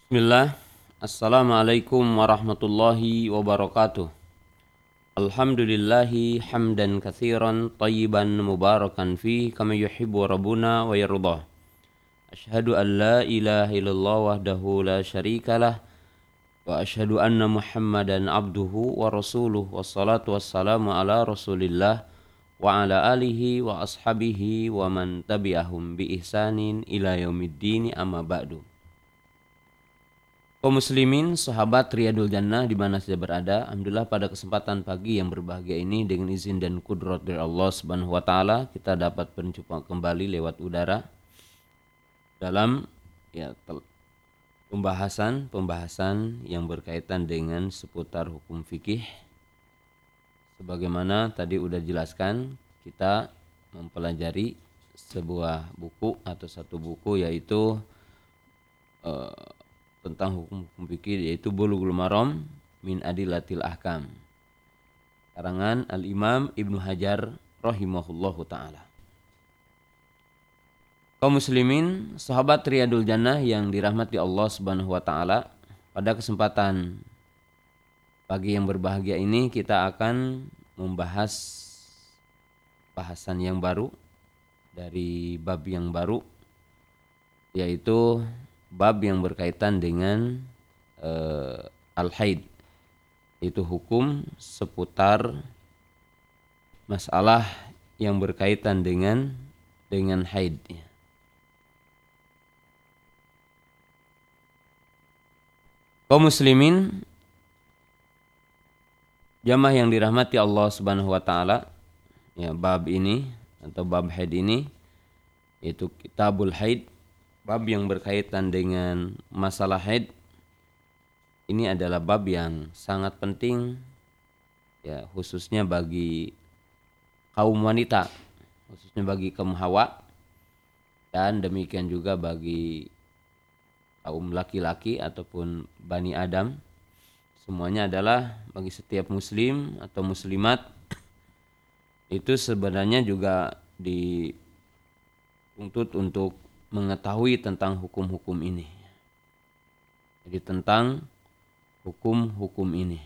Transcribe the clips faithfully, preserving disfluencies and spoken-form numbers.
Bismillah. Assalamualaikum warahmatullahi wabarakatuh. Alhamdulillahi hamdan katsiran tayyiban mubarakan fi kama yuhibbu rabbuna wa yardah. Asyhadu an la ilaha illallah wahdahu la syarikalah wa asyhadu anna Muhammadan abduhu wa rasuluh wassalatu wassalamu ala Rasulillah wa ala alihi wa ashabihi wa man tabi'ahum bi ihsanin ila yaumiddin amma ba'du. Kaum muslimin, sahabat Riyadul Jannah di mana saja berada, alhamdulillah pada kesempatan pagi yang berbahagia ini dengan izin dan kudrat dari Allah Subhanahu wa taala kita dapat berjumpa kembali lewat udara dalam ya pembahasan-pembahasan yang berkaitan dengan seputar hukum fikih. Sebagaimana tadi udah jelaskan, kita mempelajari sebuah buku atau satu buku yaitu uh, tentang hukum-hukum fikih yaitu Bulughul Maram min Adillatil Ahkam karangan Al-Imam Ibnu Hajar rahimahullahu taala. Kaum muslimin, sahabat Riyadul Jannah yang dirahmati Allah Subhanahu wa taala, pada kesempatan pagi yang berbahagia ini kita akan membahas bahasan yang baru dari bab yang baru, yaitu bab yang berkaitan dengan uh, al-haid, itu hukum seputar masalah yang berkaitan dengan dengan haid. Kaum muslimin, jamaah yang dirahmati Allah Subhanahu wa taala, ya, bab ini atau bab haid ini yaitu Kitabul Haid, bab yang berkaitan dengan masalah haid. Ini adalah bab yang sangat penting, ya, khususnya bagi kaum wanita, khususnya bagi kaum Hawa, dan demikian juga bagi kaum laki-laki ataupun Bani Adam. Semuanya adalah bagi setiap muslim atau muslimat itu sebenarnya juga dituntut untuk mengetahui tentang hukum-hukum ini. Jadi tentang hukum-hukum ini.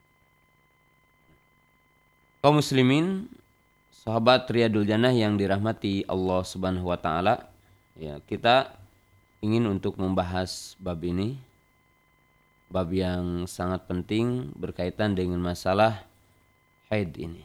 Kaum muslimin, sahabat Riyadul Jannah yang dirahmati Allah Subhanahu wa taala, ya, kita ingin untuk membahas bab ini. Bab yang sangat penting berkaitan dengan masalah haid ini.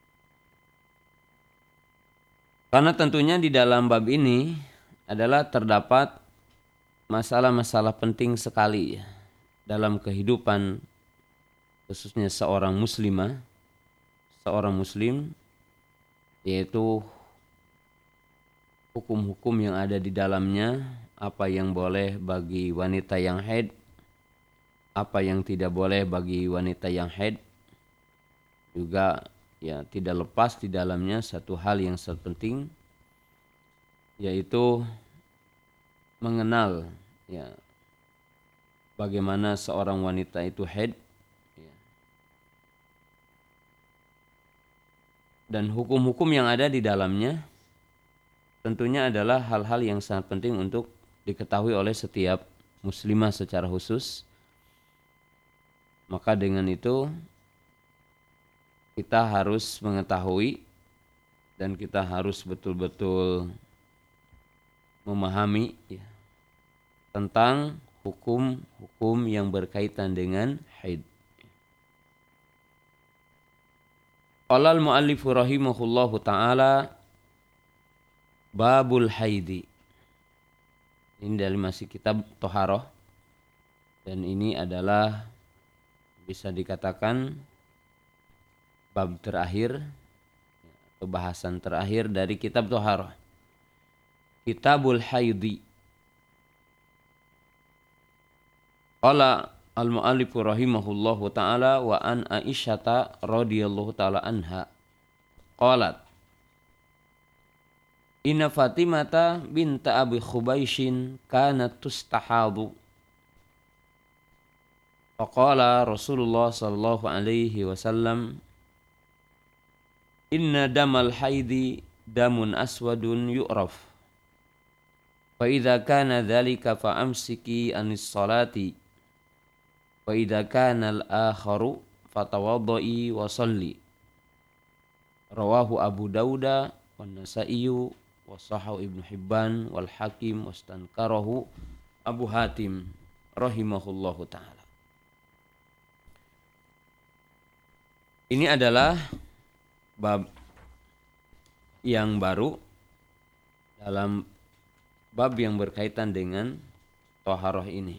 Karena tentunya di dalam bab ini adalah terdapat masalah-masalah penting sekali ya, dalam kehidupan khususnya seorang muslimah, seorang muslim, yaitu hukum-hukum yang ada di dalamnya, apa yang boleh bagi wanita yang haid, apa yang tidak boleh bagi wanita yang haid, juga ya tidak lepas di dalamnya satu hal yang sangat penting, yaitu mengenal ya bagaimana seorang wanita itu haid, ya, dan hukum-hukum yang ada di dalamnya tentunya adalah hal-hal yang sangat penting untuk diketahui oleh setiap muslimah secara khusus. Maka dengan itu kita harus mengetahui dan kita harus betul-betul memahami ya, tentang hukum-hukum yang berkaitan dengan haid. Qala al-mu'allifu rahimahullahu ta'ala babul haidi. Ini dari masih kitab Toharoh, dan ini adalah bisa dikatakan bab terakhir atau bahasan terakhir dari kitab Toharoh, Kitabul Haidi. Qala al-mu'allifu rahimahullahu ta'ala wa an Aisyata radhiyallahu ta'ala anha qalat inna Fatimata binta Abi Khubaishin kanat tustahadu faqala Rasulullah sallallahu alaihi wasallam inna damal haidi damun aswadun yu'raf Fa idza kana dzalika fa amsiki anis salati wa idza kana al-akharu fatawaddai wa shalli. Rawahu Abu Dauda wan Nasa'i wa sahahu Ibnu Hibban wal Hakim wastankarahu Abu Hatim rahimahullahu taala. Ini adalah bab yang baru dalam bab yang berkaitan dengan thaharah ini.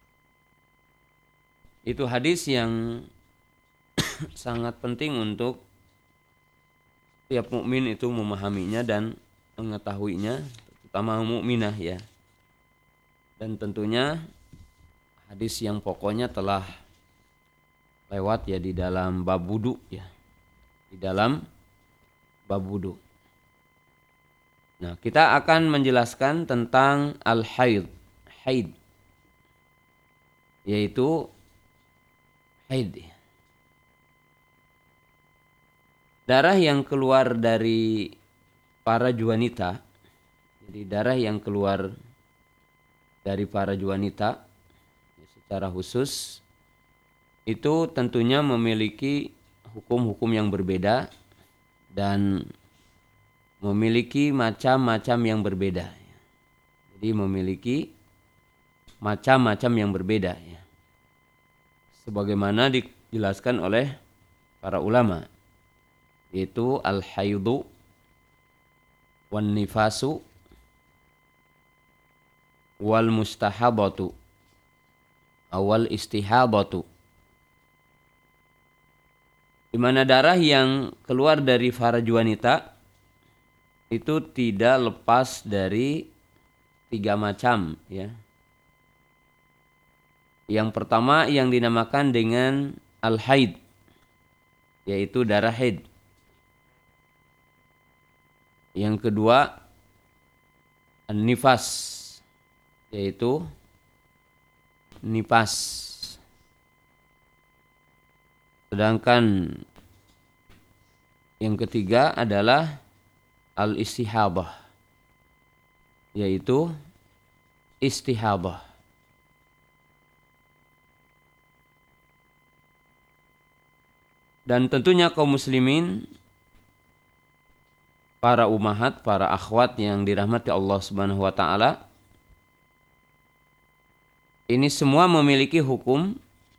Itu hadis yang sangat penting untuk tiap mukmin itu memahaminya dan mengetahuinya, terutama mukminah ya. Dan tentunya hadis yang pokoknya telah lewat ya di dalam bab wudu ya. Di dalam bab wudu. Nah, kita akan menjelaskan tentang al-haid. Haid. Yaitu haid. Darah yang keluar dari para wanita. Jadi darah yang keluar dari para wanita secara khusus itu tentunya memiliki hukum-hukum yang berbeda dan memiliki macam-macam yang berbeda. Jadi memiliki macam-macam yang berbeda ya. Sebagaimana dijelaskan oleh para ulama, yaitu al-haidu wan nifasu wal mustahabatu awal istihabatu. Di mana darah yang keluar dari faraj wanita itu tidak lepas dari tiga macam ya. Yang pertama yang dinamakan dengan al-haid, yaitu darah haid. Yang kedua an-nifas, yaitu nifas. Sedangkan yang ketiga adalah al-istihabah, yaitu istihabah. Dan tentunya kaum muslimin, para ummahat, para akhwat yang dirahmati Allah Subhanahu wa taala, ini semua memiliki hukum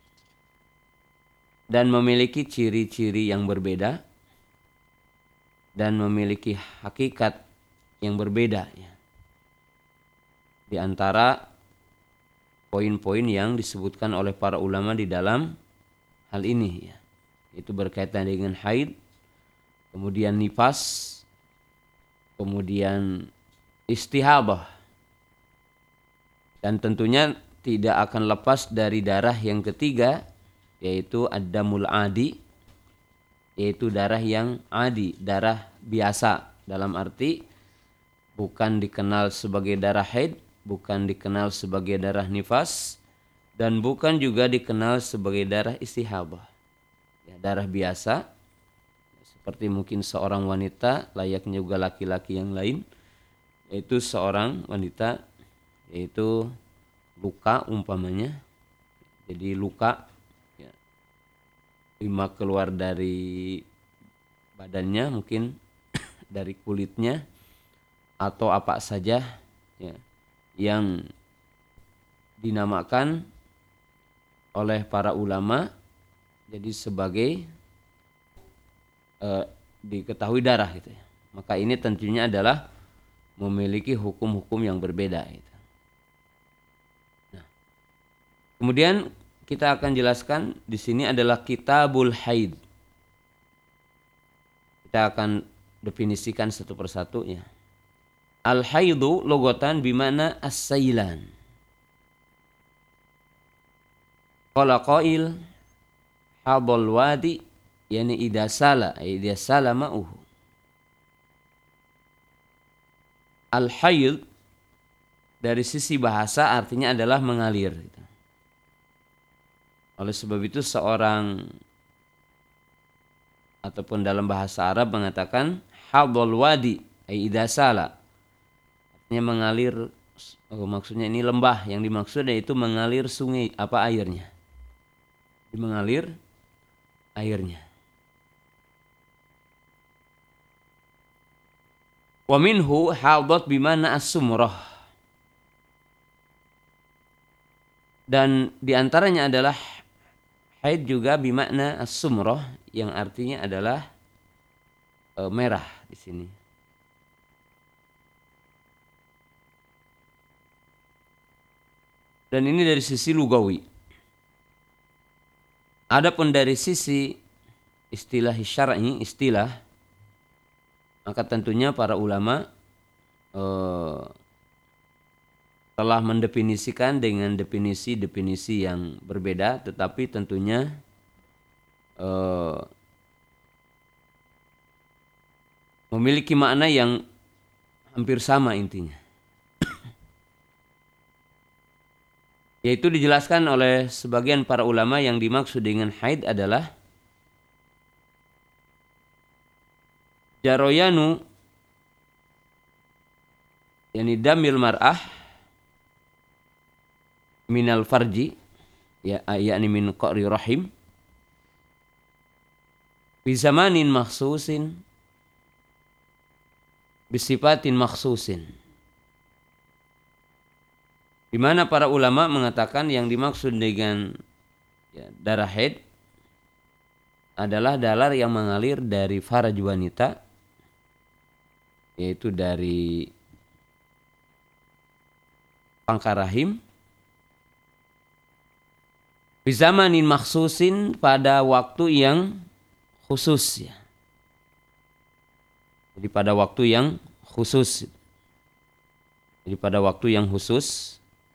dan memiliki ciri-ciri yang berbeda dan memiliki hakikat yang berbeda ya. Di antara poin-poin yang disebutkan oleh para ulama di dalam hal ini ya. Itu berkaitan dengan haid, kemudian nifas, kemudian istihabah. Dan tentunya tidak akan lepas dari darah yang ketiga, yaitu ad-damul adi, yaitu darah yang adi, darah biasa. Dalam arti bukan dikenal sebagai darah haid, bukan dikenal sebagai darah nifas, dan bukan juga dikenal sebagai darah istihabah. Ya, darah biasa, seperti mungkin seorang wanita, layaknya juga laki-laki yang lain, yaitu seorang wanita, yaitu luka umpamanya. Jadi luka ya, lima keluar dari badannya, mungkin dari kulitnya atau apa saja ya, yang dinamakan oleh para ulama jadi sebagai eh, diketahui darah gitu ya. Maka ini tentunya adalah memiliki hukum-hukum yang berbeda gitu. Kemudian kita akan jelaskan di sini adalah kitabul haid. Kita akan definisikan satu persatu ya. Al haidu logotan bimana as-sailan. Qala qail habal wadi yani idza sala idza sala ma'uhu. Al haid dari sisi bahasa artinya adalah mengalir gitu. Oleh sebab itu seorang ataupun dalam bahasa Arab mengatakan hadal wadi ay idza sala, artinya mengalir Oh, maksudnya ini lembah, yang dimaksud yaitu mengalir sungai apa airnya. Mengalir airnya. Wa minhu hadat bimana as-sumrah. Dan diantaranya adalah haid juga bimakna as-sumrah, yang artinya adalah e, merah di sini. Dan ini dari sisi lugawi. Adapun dari sisi istilah syar'i, istilah, maka tentunya para ulama eh, telah mendefinisikan dengan definisi-definisi yang berbeda, tetapi tentunya eh, memiliki makna yang hampir sama intinya. Yaitu dijelaskan oleh sebagian para ulama yang dimaksud dengan haid adalah jaroyanu, yakni damil mar'ah minal farji, ya, yakni min qa'ri rahim, bi zamanin makhsusin bisifatin makhsusin. Di mana para ulama mengatakan yang dimaksud dengan ya, darah haid adalah darah yang mengalir dari faraj wanita, yaitu dari pangkal rahim, bi zamanin makhsusin, pada waktu yang khusus ya. Jadi pada waktu yang khusus. Jadi pada waktu yang khusus.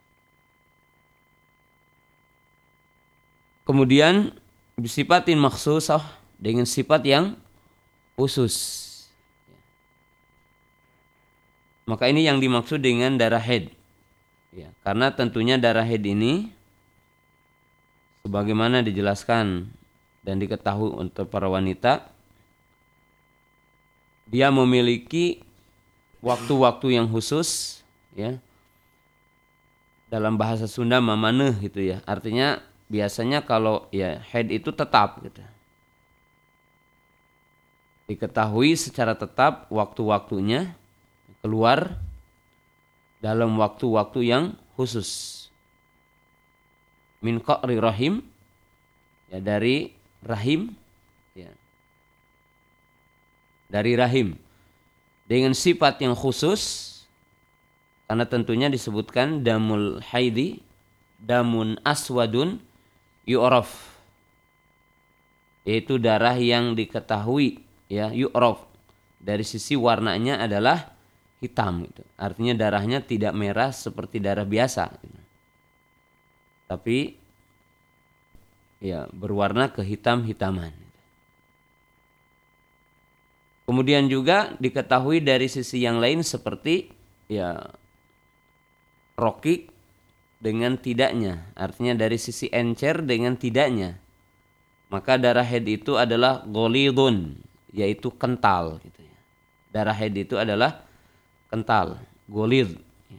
Kemudian bisifatin makhsusah, dengan sifat yang khusus. Maka ini yang dimaksud dengan darah haid. Ya, karena tentunya darah haid ini sebagaimana dijelaskan dan diketahui untuk para wanita, dia memiliki waktu-waktu yang khusus ya. Dalam bahasa Sunda mamaneh gitu ya. Artinya biasanya kalau ya haid itu tetap gitu. Diketahui secara tetap waktu-waktunya keluar dalam waktu-waktu yang khusus. Min qa'ri rahim, ya dari rahim ya. Dari rahim dengan sifat yang khusus, karena tentunya disebutkan damul haidi damun aswadun yu'raf, yaitu darah yang diketahui ya, yu'raf, dari sisi warnanya adalah hitam gitu. Artinya darahnya tidak merah seperti darah biasa gitu. Tapi ya berwarna kehitam-hitaman. Kemudian juga diketahui dari sisi yang lain seperti ya rokik dengan tidaknya, artinya dari sisi encer dengan tidaknya. Maka darah haid itu adalah ghalidun, yaitu kental gitu ya. Darah haid itu adalah kental, ghalid.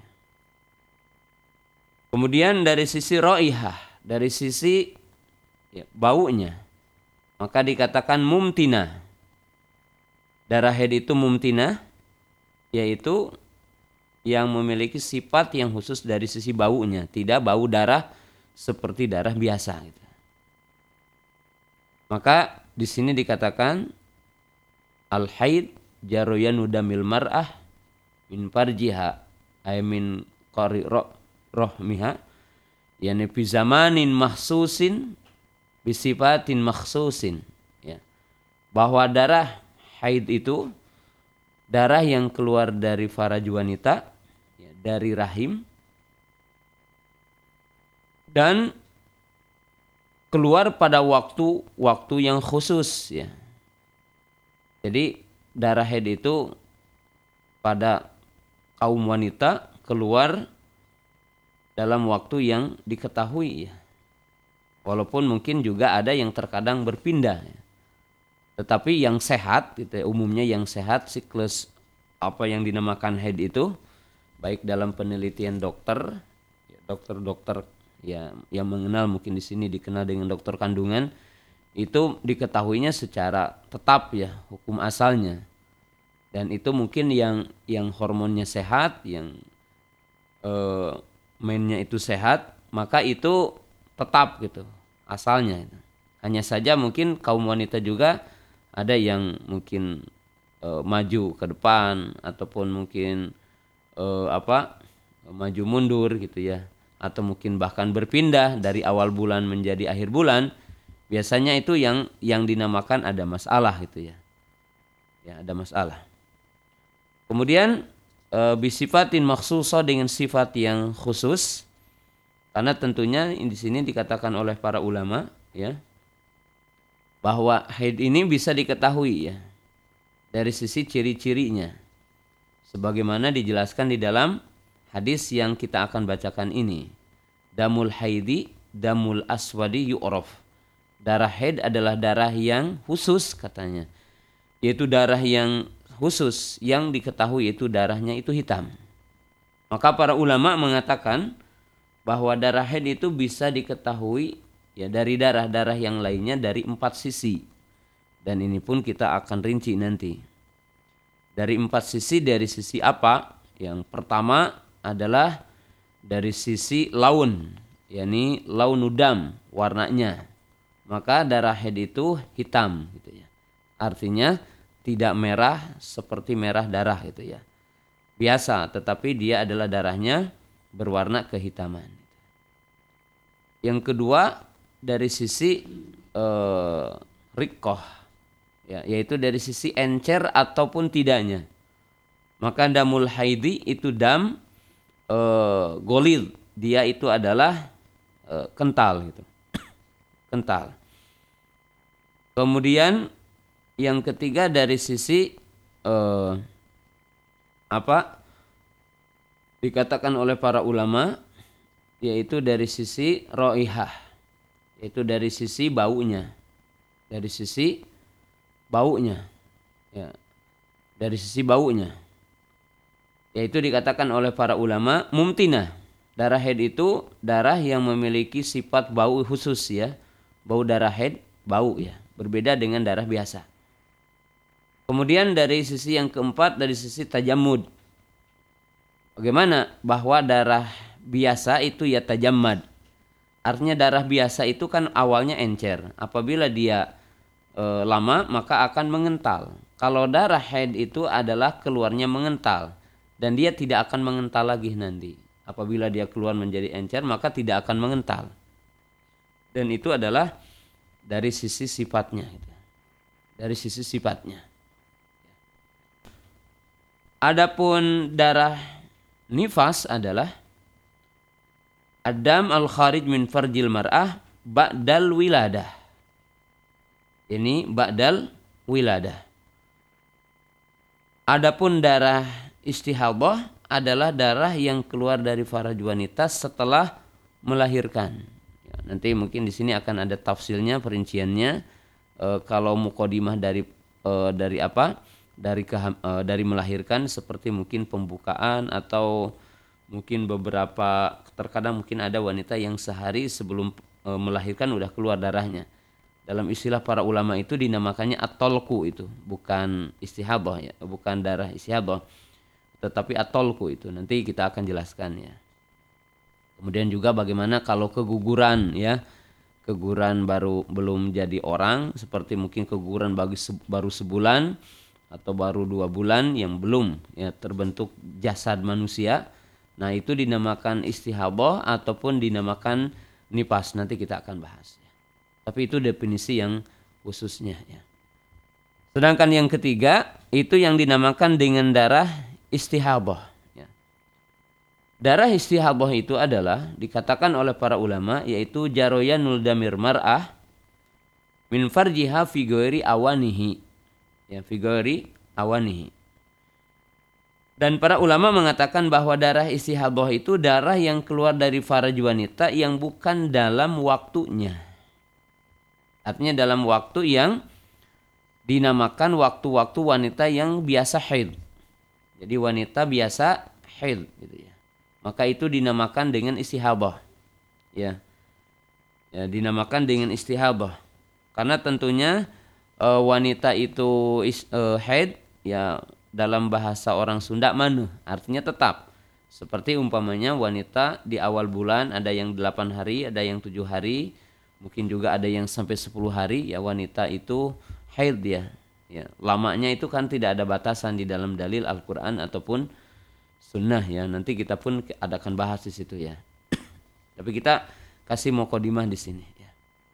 Kemudian dari sisi raihah, dari sisi ya, baunya, maka dikatakan mumtina. Darah haid itu mumtina, yaitu yang memiliki sifat yang khusus dari sisi baunya, tidak bau darah seperti darah biasa gitu. Maka di sini dikatakan al-haid jaruyanu damil mar'ah min farjiha ay min qari rohmiha, yani fi zamanin mahsusin bisifatin makhsusin ya. Bahwa darah haid itu darah yang keluar dari faraj wanita ya, dari rahim, dan keluar pada waktu-waktu yang khusus ya. Jadi darah haid itu pada kaum wanita keluar dalam waktu yang diketahui ya. Walaupun mungkin juga ada yang terkadang berpindah ya. Tetapi yang sehat gitu ya, umumnya yang sehat siklus apa yang dinamakan haid itu baik dalam penelitian dokter, ya, dokter-dokter ya yang mengenal, mungkin di sini dikenal dengan dokter kandungan, itu diketahuinya secara tetap ya hukum asalnya. Dan itu mungkin yang yang hormonnya sehat, yang eh, mainnya itu sehat, maka itu tetap gitu asalnya. Hanya saja mungkin kaum wanita juga ada yang mungkin eh, maju ke depan ataupun mungkin eh, apa maju mundur gitu ya, atau mungkin bahkan berpindah dari awal bulan menjadi akhir bulan. Biasanya itu yang yang dinamakan ada masalah gitu ya. Ya, ada masalah. Kemudian e, bisifatin makhsusah, dengan sifat yang khusus, karena tentunya di sini dikatakan oleh para ulama ya bahwa haid ini bisa diketahui ya dari sisi ciri-cirinya, sebagaimana dijelaskan di dalam hadis yang kita akan bacakan ini. Damul haidi damul aswadi yu'raf. Darah haid adalah darah yang khusus katanya, yaitu darah yang khusus yang diketahui itu darahnya itu hitam. Maka para ulama mengatakan bahwa darah haid itu bisa diketahui ya dari darah-darah yang lainnya dari empat sisi. Dan ini pun kita akan rinci nanti. Dari empat sisi, dari sisi apa? Yang pertama adalah dari sisi laun, yakni launudam, warnanya. Maka darah haid itu hitam gitu ya. Artinya tidak merah seperti merah darah gitu ya. Biasa, tetapi dia adalah darahnya berwarna kehitaman. Yang kedua dari sisi eh, rikoh, ya, yaitu dari sisi encer ataupun tidaknya. Maka damul haidi itu dam eh, golid, dia itu adalah eh, kental gitu. Kental. Kemudian yang ketiga dari sisi eh, apa dikatakan oleh para ulama, yaitu dari sisi raihah, yaitu dari sisi baunya, dari sisi baunya, ya, dari sisi baunya, yaitu dikatakan oleh para ulama mumtinah. Darah haid itu darah yang memiliki sifat bau khusus ya, bau darah haid bau ya, berbeda dengan darah biasa. Kemudian dari sisi yang keempat dari sisi tajammud. Bagaimana? Bahwa darah biasa itu ya tajammad. Artinya darah biasa itu kan awalnya encer. Apabila dia e, lama maka akan mengental. Kalau darah haid itu adalah keluarnya mengental. Dan dia tidak akan mengental lagi nanti. Apabila dia keluar menjadi encer maka tidak akan mengental. Dan itu adalah dari sisi sifatnya. Dari sisi sifatnya. Adapun darah nifas adalah adam al-kharij min farjil mar'ah ba'dal wiladah. Ini ba'dal wiladah. Adapun darah istihadah adalah darah yang keluar dari faraj wanita setelah melahirkan. Ya, nanti mungkin di sini akan ada tafsilnya, perinciannya. E, kalau muqaddimah dari e, dari apa? Dari keham, e, dari melahirkan seperti mungkin pembukaan atau mungkin beberapa, terkadang mungkin ada wanita yang sehari sebelum e, melahirkan udah keluar darahnya. Dalam istilah para ulama itu dinamakannya at-tolku, itu bukan istihadah ya, bukan darah istihadah, tetapi at-tolku itu nanti kita akan jelaskan ya. Kemudian juga bagaimana kalau keguguran ya, keguguran baru belum jadi orang, seperti mungkin keguguran bagi se, baru sebulan atau baru dua bulan yang belum ya terbentuk jasad manusia. Nah itu dinamakan istihadah ataupun dinamakan nifas, nanti kita akan bahas ya. Tapi itu definisi yang khususnya ya. Sedangkan yang ketiga itu yang dinamakan dengan darah istihadah ya. Darah istihadah itu adalah dikatakan oleh para ulama yaitu jaroyanul damir mar'ah min farjiha fi ghairi awanihi. Ya, figori awanihi. Dan para ulama mengatakan bahwa darah istihadah itu darah yang keluar dari faraj wanita yang bukan dalam waktunya. Artinya dalam waktu yang dinamakan waktu-waktu wanita yang biasa haid. Jadi wanita biasa haid gitu ya. Maka itu dinamakan dengan istihadah. Ya. Ya, dinamakan dengan istihadah. Karena tentunya e, wanita itu is, e, haid ya dalam bahasa orang Sunda manu, artinya tetap. Seperti umpamanya wanita di awal bulan ada yang delapan hari, ada yang tujuh hari, mungkin juga ada yang sampai sepuluh hari ya wanita itu haid dia. Ya, lamanya itu kan tidak ada batasan di dalam dalil Al-Qur'an ataupun sunnah ya. Nanti kita pun adakan bahas di situ ya. Tapi kita kasih muqaddimah di sini ya.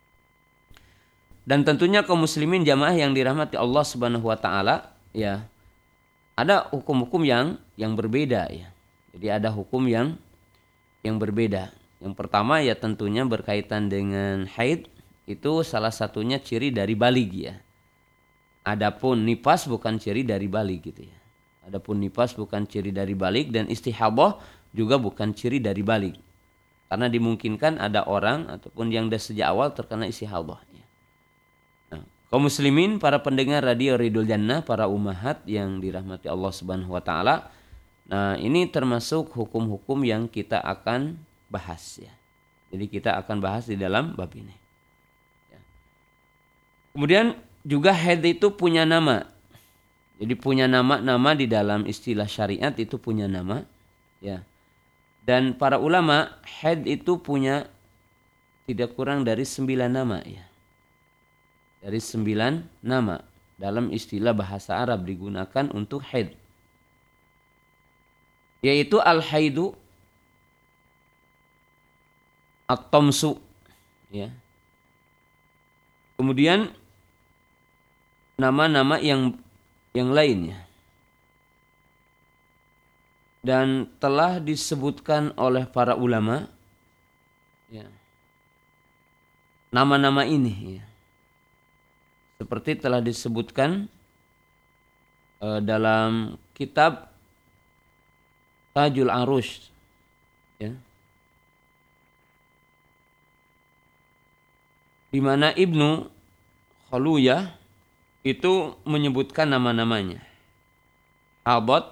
Dan tentunya kaum muslimin jamaah yang dirahmati Allah Subhanahu wa taala ya. Ada hukum-hukum yang yang berbeda ya. Jadi ada hukum yang yang berbeda. Yang pertama ya tentunya berkaitan dengan haid, itu salah satunya ciri dari balig ya. Adapun nifas bukan ciri dari balig gitu ya. Adapun nifas bukan ciri dari balig dan istihadah juga bukan ciri dari balig. Karena dimungkinkan ada orang ataupun yang dari sejak awal terkena istihadah ya. Nah, kaum muslimin, para pendengar radio Ridul Jannah, para ummahat yang dirahmati Allah Subhanahu wa taala. Nah, ini termasuk hukum-hukum yang kita akan bahas ya. Jadi kita akan bahas di dalam bab ini. Ya. Kemudian juga haid itu punya nama. Jadi punya nama-nama di dalam istilah syariat itu punya nama. Ya. Dan para ulama haid itu punya tidak kurang dari sembilan nama ya. Dari sembilan nama dalam istilah bahasa Arab digunakan untuk haid. Yaitu al-haidu, at-tamsu ya. Kemudian nama-nama yang yang lainnya. Dan telah disebutkan oleh para ulama ya. Nama-nama ini ya. Seperti telah disebutkan uh, dalam kitab Tajul Arush ya. Di mana Ibnu Khaluyah itu menyebutkan nama-namanya. Abad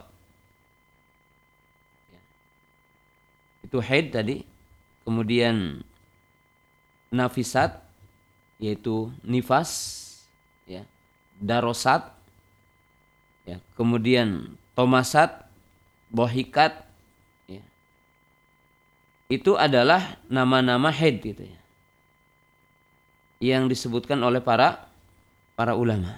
ya. Itu haid tadi. Kemudian nafisat yaitu nifas ya. Darosat ya. Kemudian tomasat, bohikat ya. Itu adalah nama-nama haid gitu ya. Yang disebutkan oleh para para ulama.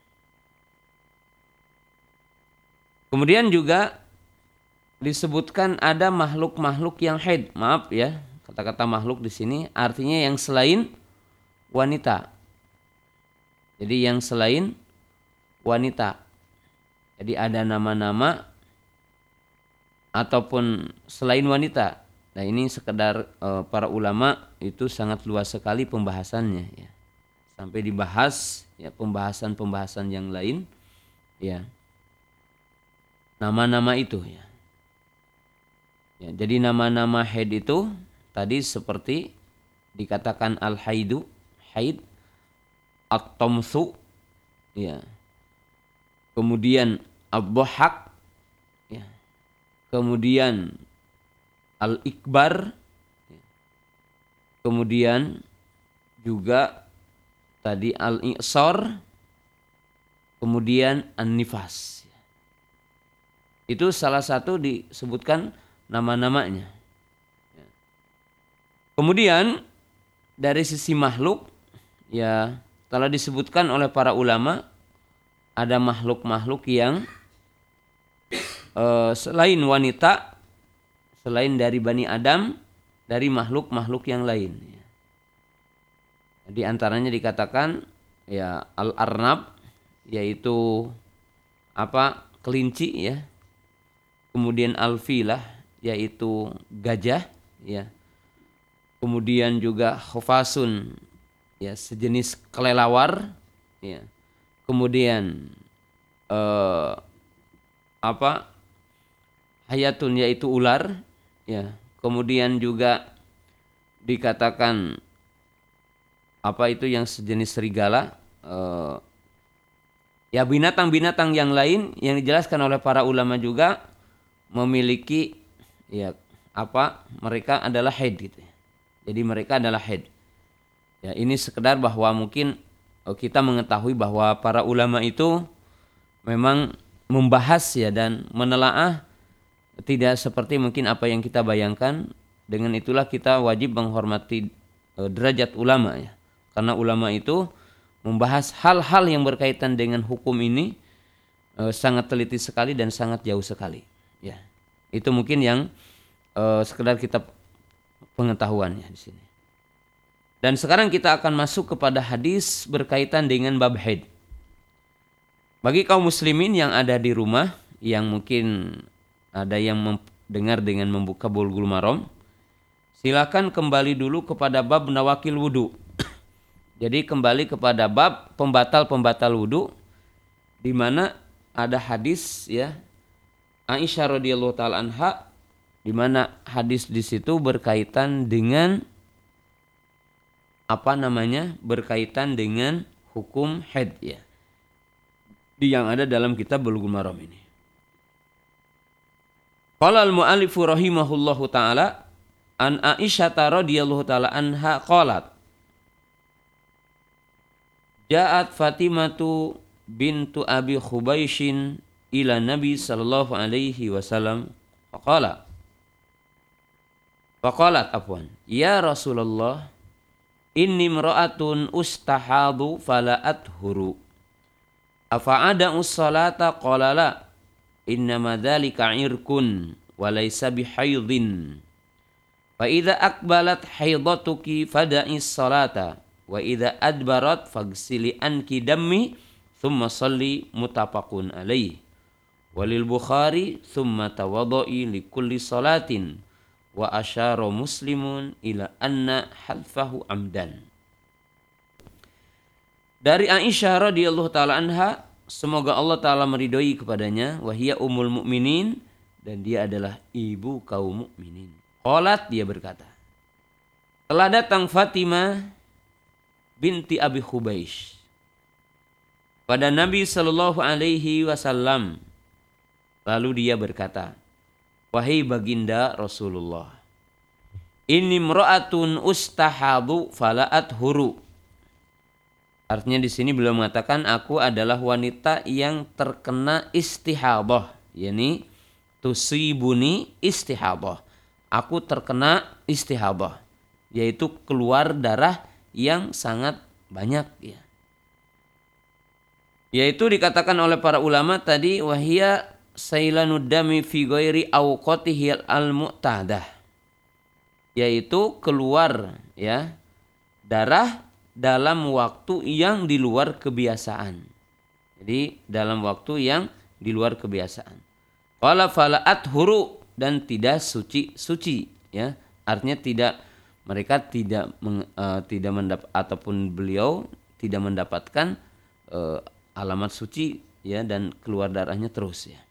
Kemudian juga disebutkan ada makhluk-makhluk yang haid. Maaf ya, kata-kata makhluk di sini artinya yang selain wanita. Jadi yang selain wanita. Jadi ada nama-nama ataupun selain wanita. Nah ini sekedar e, para ulama itu sangat luas sekali pembahasannya ya. Sampai dibahas ya pembahasan-pembahasan yang lain ya. Nama-nama itu ya. Ya jadi nama-nama haid itu tadi seperti dikatakan al-haidu, haid, at-tamsu ya. Kemudian ad-dhahak ya. Kemudian al-ikbar, kemudian juga tadi al-i'sar, kemudian an-nifas. Itu salah satu disebutkan nama-namanya. Kemudian dari sisi makhluk, ya telah disebutkan oleh para ulama ada makhluk-makhluk yang Uh, selain wanita, selain dari Bani Adam, dari makhluk-makhluk yang lain. Di antaranya dikatakan ya al-arnab, yaitu apa kelinci ya. Kemudian al-filah, yaitu gajah ya. Kemudian juga khufasun, ya sejenis kelelawar ya. Kemudian uh, apa hayatun yaitu ular ya. Kemudian juga dikatakan apa itu yang sejenis serigala uh, ya binatang-binatang yang lain yang dijelaskan oleh para ulama juga memiliki ya apa mereka adalah haid gitu ya. Jadi mereka adalah haid. Ya, ini sekedar bahwa mungkin oh, kita mengetahui bahwa para ulama itu memang membahas ya dan menelaah tidak seperti mungkin apa yang kita bayangkan. Dengan itulah kita wajib menghormati eh, derajat ulama ya. Karena ulama itu membahas hal-hal yang berkaitan dengan hukum ini eh, sangat teliti sekali dan sangat jauh sekali. Ya, itu mungkin yang eh, sekedar kita pengetahuannya di sini. Dan sekarang kita akan masuk kepada hadis berkaitan dengan bab haid. Bagi kaum muslimin yang ada di rumah, yang mungkin ada yang mendengar dengan membuka Bulughul Maram, silakan kembali dulu kepada bab nawakil wudu. Jadi kembali kepada bab pembatal-pembatal wudu, di mana ada hadis ya Aisyah radhiyallahu taala anha, di mana hadis di situ berkaitan dengan apa namanya berkaitan dengan hukum haid ya, di yang ada dalam kitab Bulughul Maram ini. Qala al-mu'allifu rahimahullahu taala an Aisyah radhiyallahu taala anha qalat ja'at Fatimatu bintu Abi Khubaishin ila Nabi sallallahu alaihi wasallam faqala faqalat afwan ya Rasulullah inni imra'atun ustahadu fala athuru afa'ada us-salata qala la innama dzalika irkun wa laysa bihaidhin fa idza aqbalat haidatuki fada'is salata wa idza adbarat faghsili anki dammi thumma shalli muttafaqun alaihi walil Bukhari thumma tawadda'i likulli salatin wa asyara Muslimun ila anna hadfahu amdan. Dari Aisyah radhiyallahu taala anha, semoga Allah taala meridhoi kepadanya, wahia ummul mukminin, dan dia adalah ibu kaum mukminin. Qalat, dia berkata, telah datang Fatimah binti Abi Khubaish pada Nabi sallallahu alaihi wasallam, lalu dia berkata, wahai baginda Rasulullah, inni imra'atun ustahadu fala athuru. Artinya di sini beliau mengatakan aku adalah wanita yang terkena istihadah, yakni tusibuni istihadah. Aku terkena istihadah, yaitu keluar darah yang sangat banyak ya. Yaitu dikatakan oleh para ulama tadi wahia sailanud dami fi ghairi awqatihi al-mu'tadah, yaitu keluar ya darah dalam waktu yang di luar kebiasaan. Jadi dalam waktu yang di luar kebiasaan. Qala fala athuru, dan tidak suci-suci ya. Artinya tidak mereka tidak meng, uh, tidak mendapat ataupun beliau tidak mendapatkan uh, alamat suci ya, dan keluar darahnya terus ya.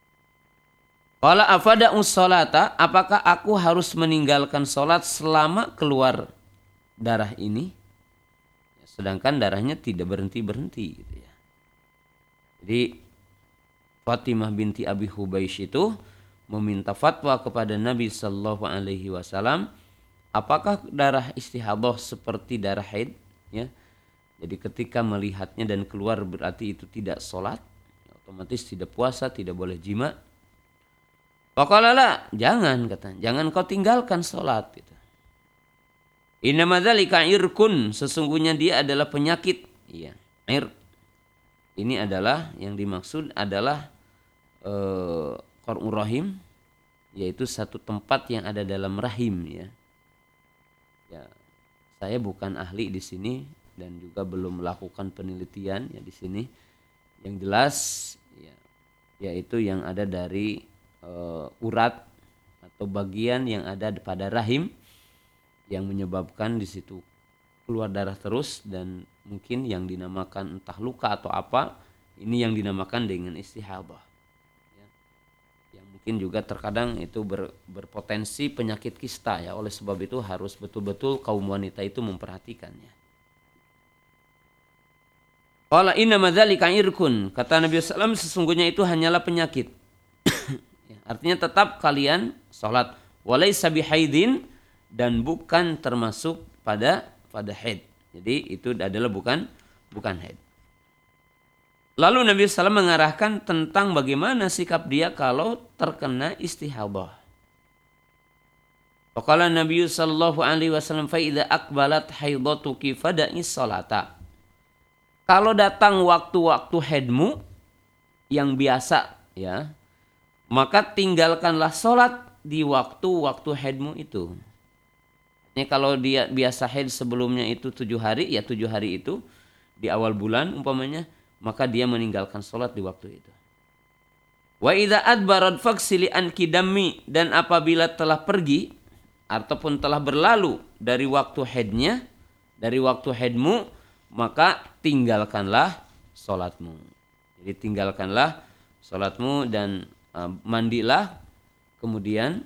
Qala afada us-salata, apakah aku harus meninggalkan salat selama keluar darah ini? Sedangkan darahnya tidak berhenti-berhenti gitu ya. Jadi Fatimah binti Abi Khubaish itu meminta fatwa kepada Nabi sallallahu alaihi wasallam, apakah darah istihadah seperti darah haid ya. Jadi ketika melihatnya dan keluar berarti itu tidak salat, ya, otomatis tidak puasa, tidak boleh jima. Faqala, jangan kata, jangan kau tinggalkan salat gitu. Innama dzalika irkun, sesungguhnya dia adalah penyakit. Iya, ir. Ini adalah yang dimaksud adalah eh, qar'ur rahim, yaitu satu tempat yang ada dalam rahim ya. Ya, saya bukan ahli di sini dan juga belum melakukan penelitian ya di sini. Yang jelas ya, yaitu yang ada dari uh, urat atau bagian yang ada pada rahim yang menyebabkan di situ keluar darah terus, dan mungkin yang dinamakan entah luka atau apa, ini yang dinamakan dengan istihadah ya. Yang mungkin juga terkadang itu ber, berpotensi penyakit kista ya. Oleh sebab itu harus betul-betul kaum wanita itu memperhatikannya. Qala inna madzalika irkun, kata Nabi sallallahu alaihi wasallam, sesungguhnya itu hanyalah penyakit. Ya, Artinya tetap kalian sholat. Walaysa bihaidin, dan bukan termasuk pada pada haid. Jadi itu adalah bukan bukan haid. Lalu Nabi shallallahu alaihi wasallam mengarahkan tentang bagaimana sikap dia kalau terkena istihadah. Faqala Nabi sallallahu alaihi wasallam fa idza aqbalat haidatuki fada'i sholata. Kalau datang waktu-waktu haidmu yang biasa ya, maka tinggalkanlah sholat di waktu-waktu haidmu itu. Ini kalau dia biasa haid sebelumnya itu tujuh hari, ya tujuh hari itu di awal bulan umpamanya, maka dia meninggalkan sholat di waktu itu. Wa idza adbarat faksili anki dammi, dan apabila telah pergi ataupun telah berlalu dari waktu haidnya, dari waktu haidmu, maka tinggalkanlah sholatmu. Jadi tinggalkanlah sholatmu dan uh, mandilah. Kemudian,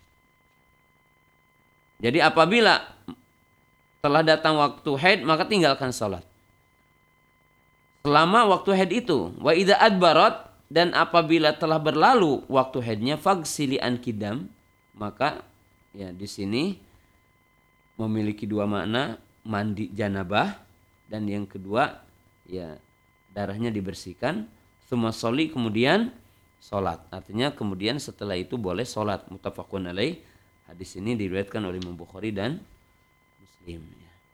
jadi apabila telah datang waktu haid, maka tinggalkan sholat. Selama waktu haid itu, wa idza adbarat, dan apabila telah berlalu waktu haidnya, fagsili anki dam, maka ya di sini memiliki dua makna, mandi janabah, dan yang kedua ya darahnya dibersihkan, summa sholli, kemudian sholat. Artinya kemudian setelah itu boleh sholat. Muttafaqun alaih. Hadis ini diriwayatkan oleh Imam Bukhari dan Muslim.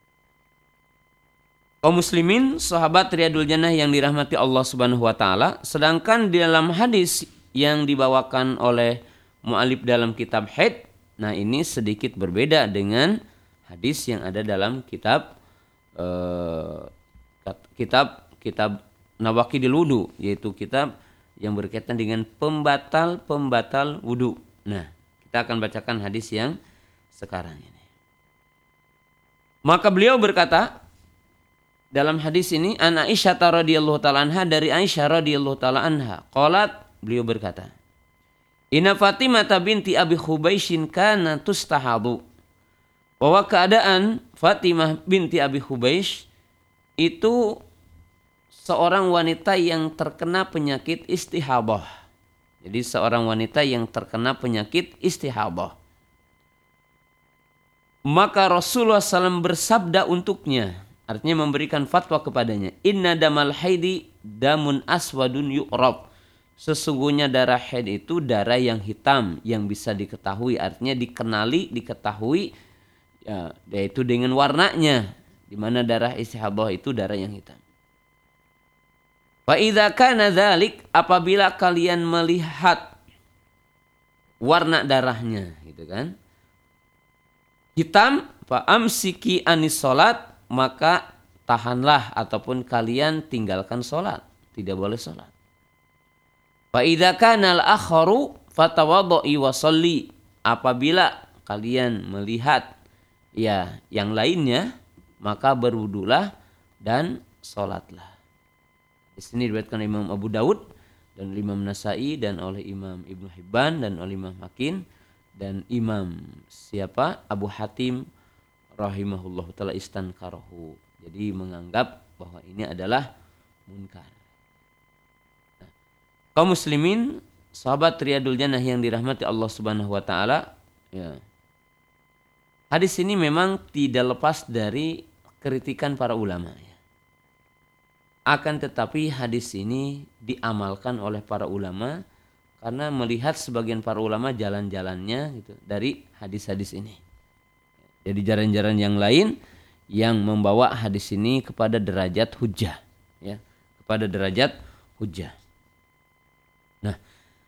Kaum muslimin, sahabat Riyadul Jannah yang dirahmati Allah Subhanahu wa taala, sedangkan di dalam hadis yang dibawakan oleh mu'alif dalam kitab haid, nah ini sedikit berbeda dengan hadis yang ada dalam kitab Uh, kitab kitab Nawaqidil Wudu, yaitu kitab yang berkaitan dengan pembatal-pembatal wudu. Nah, kita akan bacakan hadis yang sekarang ini. Maka beliau berkata dalam hadis ini, an Aisyah radhiyallahu taala anha, dari Aisyah radhiyallahu taala anha, qalat, beliau berkata, inna Fatimah binti Abi Hubaisyin kana tustahadu. Bahwa keadaan Fatimah binti Abi Hubaish itu seorang wanita yang terkena penyakit istihadah. Jadi seorang wanita yang terkena penyakit istihadah. Maka Rasulullah shallallahu alaihi wasallam bersabda untuknya, artinya memberikan fatwa kepadanya, inna damal haidi damun aswadun yu'rab. Sesungguhnya darah haid itu darah yang hitam yang bisa diketahui, artinya dikenali, diketahui, ya, yaitu dengan warnanya, di mana darah istihadah itu darah yang hitam. Fa idza kana dzalik, apabila kalian melihat warna darahnya gitu kan, hitam, fa amsiki anis salat, maka tahanlah ataupun kalian tinggalkan salat, tidak boleh salat. Fa idza kana al-akharu fatawaddi wa sholli, apabila kalian melihat ya yang lainnya, maka berwudulah dan sholatlah. Di sini diriwayatkan Imam Abu Daud dan Imam Nasai dan oleh Imam Ibnu Hibban dan oleh Imam Hakim dan Imam siapa Abu Hatim rahimahullahu taala istankarahu. Jadi menganggap bahwa ini adalah munkar. Nah, kaum muslimin, sahabat Riyadul Jannah yang dirahmati Allah Subhanahu wa taala, ya. Hadis ini memang tidak lepas dari kritikan para ulama. Ya. Akan tetapi hadis ini diamalkan oleh para ulama karena melihat sebagian para ulama jalan-jalannya gitu, dari hadis-hadis ini. Jadi jalan-jalan yang lain yang membawa hadis ini kepada derajat hujjah. Ya, kepada derajat hujjah. Nah,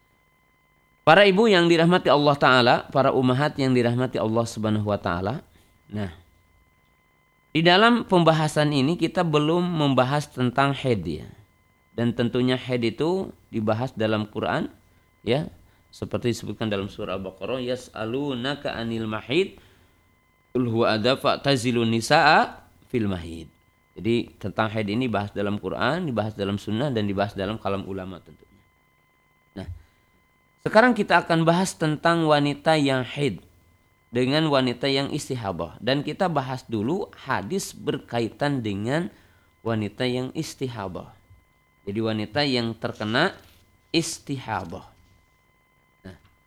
para ibu yang dirahmati Allah Ta'ala, para ummahat yang dirahmati Allah Subhanahu wa Ta'ala. Nah, di dalam pembahasan ini kita belum membahas tentang haid ya. Dan tentunya haid itu dibahas dalam Quran ya, seperti disebutkan dalam surah Al-Baqarah, yas'alunaka 'anil mahid qul huwa adza fa'tazilun nisaa fil mahid. Jadi tentang haid ini dibahas dalam Quran, dibahas dalam sunnah, dan dibahas dalam kalam ulama tentunya. Nah, sekarang kita akan bahas tentang wanita yang haid dengan wanita yang istihadah. Dan kita bahas dulu hadis berkaitan dengan wanita yang istihadah. Jadi wanita yang terkena istihadah. Nah,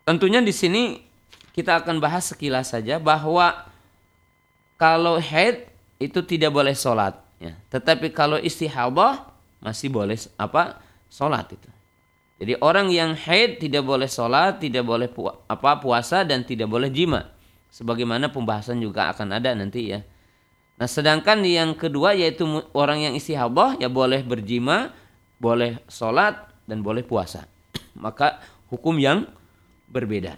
tentunya di sini kita akan bahas sekilas saja bahwa kalau haid itu tidak boleh sholat, ya. Tetapi kalau istihadah masih boleh apa sholat itu. Jadi orang yang haid tidak boleh sholat, tidak boleh pu- apa puasa dan tidak boleh jima. Sebagaimana pembahasan juga akan ada nanti ya. Nah sedangkan yang kedua yaitu orang yang istihadah ya boleh berjima, boleh sholat dan boleh puasa. Maka hukum yang berbeda.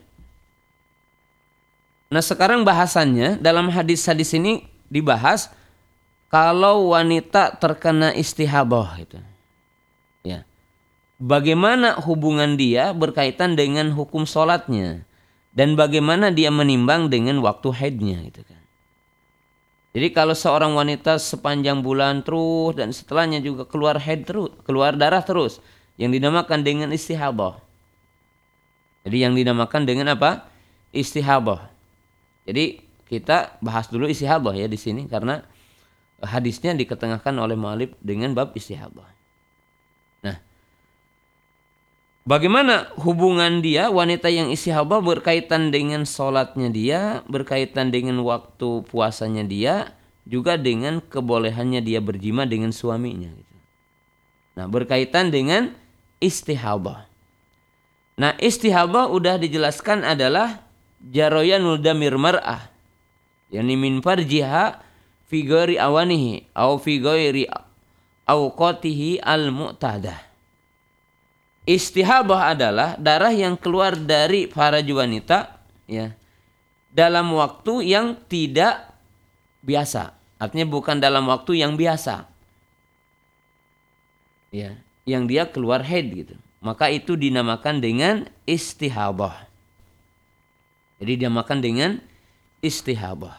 Nah sekarang bahasannya dalam hadis-hadis ini dibahas kalau wanita terkena istihadah itu. Ya. Bagaimana hubungan dia berkaitan dengan hukum sholatnya dan bagaimana dia menimbang dengan waktu haidnya gitu kan. Jadi kalau seorang wanita sepanjang bulan terus dan setelahnya juga keluar haid terus, keluar darah terus yang dinamakan dengan istihadah. Jadi yang dinamakan dengan apa? Istihadah. Jadi kita bahas dulu istihadah ya di sini karena hadisnya diketengahkan oleh mu'allif dengan bab istihadah. Nah, bagaimana hubungan dia wanita yang istihadah berkaitan dengan sholatnya dia, berkaitan dengan waktu puasanya dia, juga dengan kebolehannya dia berjima dengan suaminya. Nah berkaitan dengan istihadah. Nah istihadah udah dijelaskan adalah jaroyanul damir mar'ah, yani min farjiha fi ghairi awanihi au fi ghairi awqatihi al-mu'tadah. Istihadah adalah darah yang keluar dari faraj wanita ya dalam waktu yang tidak biasa. Artinya bukan dalam waktu yang biasa. Ya, yang dia keluar haid gitu. Maka itu dinamakan dengan istihadah. Jadi dinamakan dengan istihadah.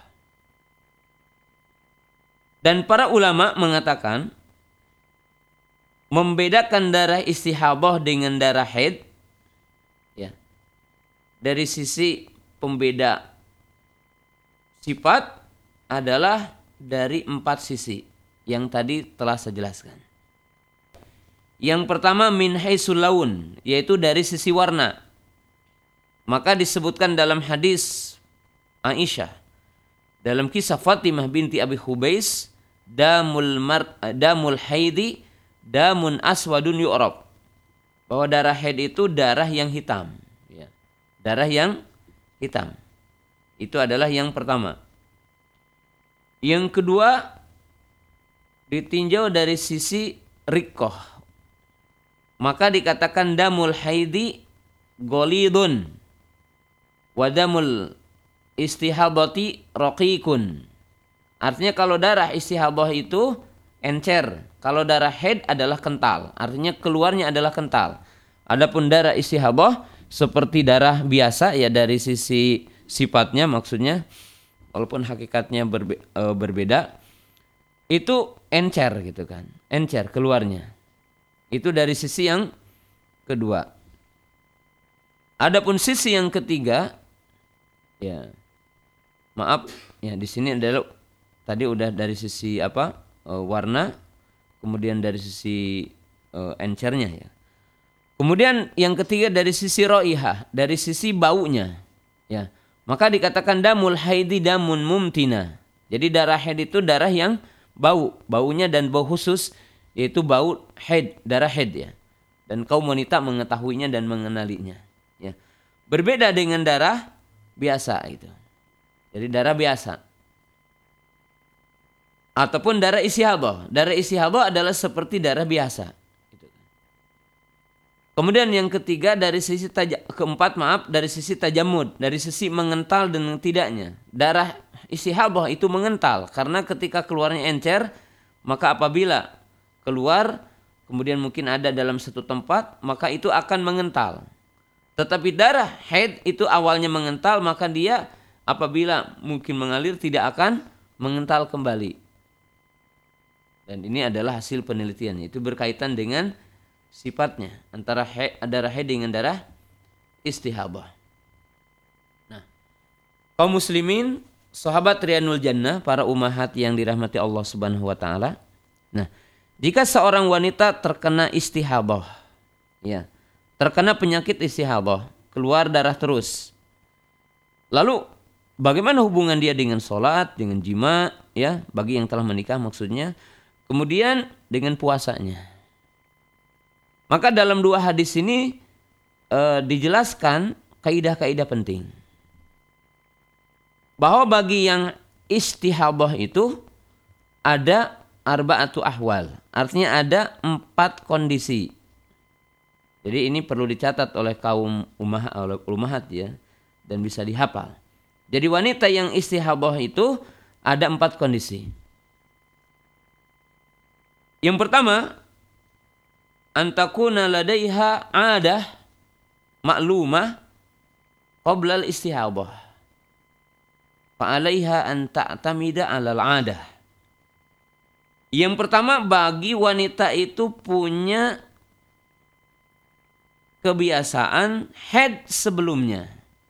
Dan para ulama mengatakan membedakan darah istihadah dengan darah haid ya. Dari sisi pembeda sifat adalah dari empat sisi yang tadi telah saya jelaskan. Yang pertama min haisul laun, yaitu dari sisi warna. Maka disebutkan dalam hadis Aisyah dalam kisah Fatimah binti Abi Hubais, damul mar damul haidi damun aswadun yu'rab, bahwa darah haid itu darah yang hitam ya. Darah yang hitam. Itu adalah yang pertama. Yang kedua ditinjau dari sisi riqqah. Maka dikatakan damul haidi golidun wa damul istihabati raqiqun. Artinya kalau darah istihabah itu encer, kalau darah haid adalah kental, artinya keluarnya adalah kental. Adapun darah istihabah seperti darah biasa ya dari sisi sifatnya maksudnya, walaupun hakikatnya berbe- e, berbeda, itu encer gitu kan, encer keluarnya. Itu dari sisi yang kedua. Adapun sisi yang ketiga, ya maaf ya di sini adalah tadi udah dari sisi apa e, warna. Kemudian dari sisi uh, encernya ya. Kemudian yang ketiga dari sisi raihah, dari sisi baunya ya. Maka dikatakan damul haidi damun mumtina. Jadi darah haid itu darah yang bau, baunya dan bau khusus yaitu bau haid, darah haid ya. Dan kaum wanita mengetahuinya dan mengenalinya ya. Berbeda dengan darah biasa itu. Jadi darah biasa. Ataupun darah istihadah. Darah istihadah adalah seperti darah biasa. Kemudian yang ketiga dari sisi taja, keempat maaf dari sisi tajamud, dari sisi mengental dan tidaknya. Darah istihadah itu mengental karena ketika keluarnya encer, maka apabila keluar kemudian mungkin ada dalam satu tempat, maka itu akan mengental. Tetapi darah haid itu awalnya mengental, maka dia apabila mungkin mengalir tidak akan mengental kembali. Dan ini adalah hasil penelitian. Itu berkaitan dengan sifatnya antara haid, darah haid dengan darah istihadah. Nah, kaum muslimin, sahabat Riyadul Jannah, para ummahat yang dirahmati Allah Subhanahu wa taala. Nah, jika seorang wanita terkena istihadah, ya, terkena penyakit istihadah, keluar darah terus. Lalu bagaimana hubungan dia dengan sholat, dengan jima, ya, bagi yang telah menikah maksudnya. Kemudian dengan puasanya. Maka dalam dua hadis ini e, dijelaskan kaidah-kaidah penting. Bahwa bagi yang istihadah itu ada arba'atu ahwal. Artinya ada empat kondisi. Jadi ini perlu dicatat oleh kaum umah, oleh umahat ya, dan bisa dihafal. Jadi wanita yang istihadah itu ada empat kondisi. Yang pertama, antakuna ladaiha adah maklumah qabla al-istihadah. Fa'alaiha an ta'tamida 'alal 'adah. Yang pertama, bagi wanita itu punya kebiasaan haid sebelumnya.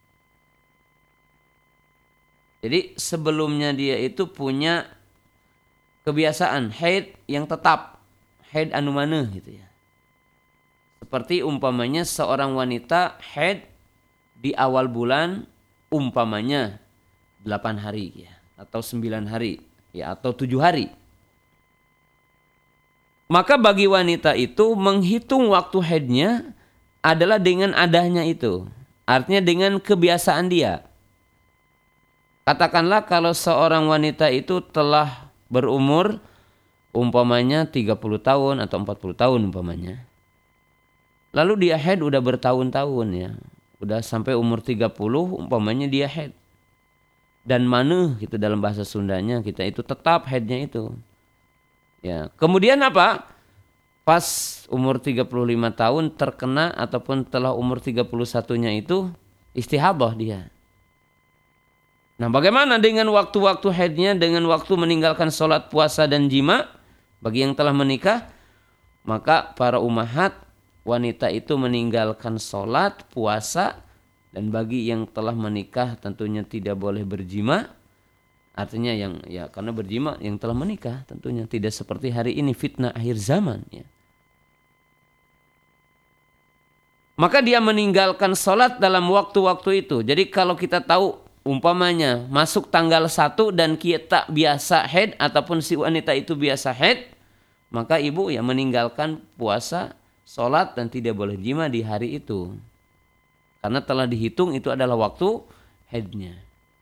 Jadi sebelumnya dia itu punya kebiasaan haid yang tetap, haid anu maneh gitu ya. Seperti umpamanya seorang wanita haid di awal bulan umpamanya delapan hari ya, atau sembilan hari ya, atau tujuh hari. Maka bagi wanita itu menghitung waktu haidnya adalah dengan adanya itu. Artinya dengan kebiasaan dia. Katakanlah kalau seorang wanita itu telah berumur umpamanya tiga puluh tahun atau empat puluh tahun umpamanya. Lalu dia haid udah bertahun-tahun ya. Udah sampai umur tiga puluh umpamanya dia haid. Dan maneh gitu dalam bahasa Sundanya kita itu tetap haidnya itu. Ya, kemudian apa? Pas umur tiga puluh lima tahun terkena ataupun telah umur tiga puluh satunya itu istihadah dia. Nah, bagaimana dengan waktu-waktu haidnya, dengan waktu meninggalkan sholat, puasa dan jima bagi yang telah menikah? Maka para ummahat, wanita itu meninggalkan sholat, puasa, dan bagi yang telah menikah tentunya tidak boleh berjima. Artinya yang ya karena berjima yang telah menikah tentunya tidak seperti hari ini fitnah akhir zaman ya. Maka dia meninggalkan sholat dalam waktu-waktu itu. Jadi kalau kita tahu umpamanya masuk tanggal satu dan kita biasa haid ataupun si wanita itu biasa haid, maka ibu ya meninggalkan puasa, sholat dan tidak boleh jima di hari itu. Karena telah dihitung itu adalah waktu haidnya.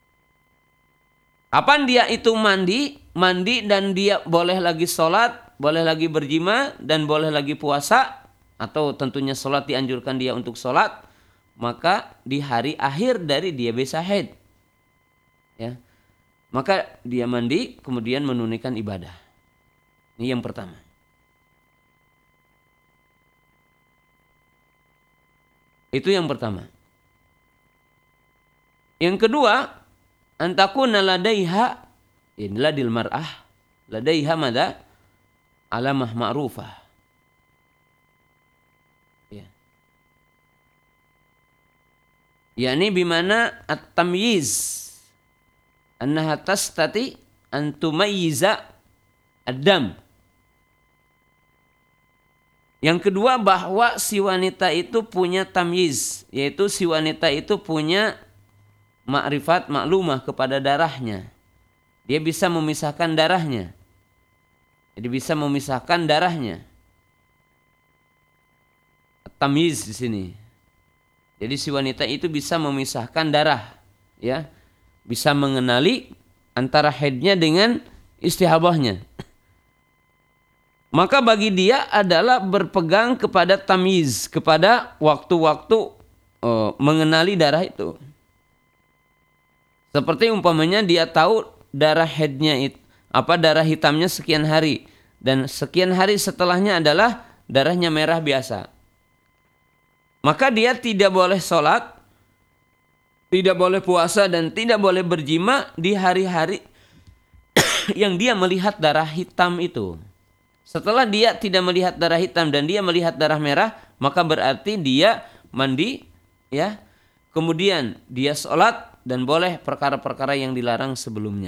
Kapan dia itu mandi? Mandi dan dia boleh lagi sholat, boleh lagi berjima dan boleh lagi puasa. Atau tentunya sholat dianjurkan dia untuk sholat. Maka di hari akhir dari dia biasa haid. Ya. Maka dia mandi kemudian menunaikan ibadah. Ini yang pertama. Itu yang pertama. Yang kedua, antakuna ladaiha inilah dil mar'ah ladaiha mada alamah ma'rufah. Ya. Yani bimana at-tamyiz annaha tastati an tumayyiza ad-dam. Yang kedua bahwa si wanita itu punya tamyiz, yaitu si wanita itu punya makrifat maklumah kepada darahnya. Dia bisa memisahkan darahnya. Jadi bisa memisahkan darahnya. Tamyiz di sini. Jadi si wanita itu bisa memisahkan darah, ya. Bisa mengenali antara haidnya dengan istihabahnya. Maka bagi dia adalah berpegang kepada tamyiz, kepada waktu-waktu uh, mengenali darah itu. Seperti umpamanya dia tahu darah haidnya itu, apa darah hitamnya sekian hari dan sekian hari setelahnya adalah darahnya merah biasa. Maka dia tidak boleh sholat, tidak boleh puasa dan tidak boleh berjima di hari-hari yang dia melihat darah hitam itu. Setelah dia tidak melihat darah hitam dan dia melihat darah merah, maka berarti dia mandi, ya. Kemudian dia sholat dan boleh perkara-perkara yang dilarang sebelumnya.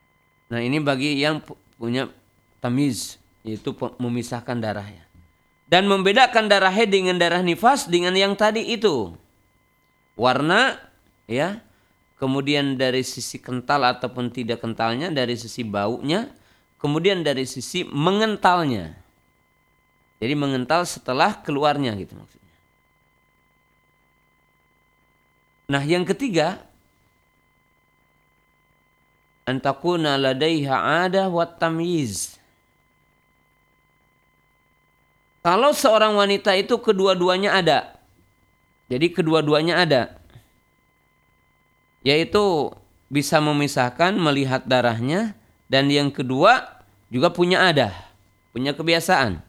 Nah ini bagi yang punya tamyiz, yaitu memisahkan darahnya. Dan membedakan darah haid dengan darah nifas dengan yang tadi itu. Warna, ya. Kemudian dari sisi kental ataupun tidak kentalnya, dari sisi baunya, kemudian dari sisi mengentalnya. Jadi mengental setelah keluarnya gitu maksudnya. Nah, yang ketiga, antakuna ladaiha adah wa tamyiz. Kalau seorang wanita itu kedua-duanya ada. Jadi kedua-duanya ada. Yaitu bisa memisahkan melihat darahnya. Dan yang kedua juga punya adah. Punya kebiasaan.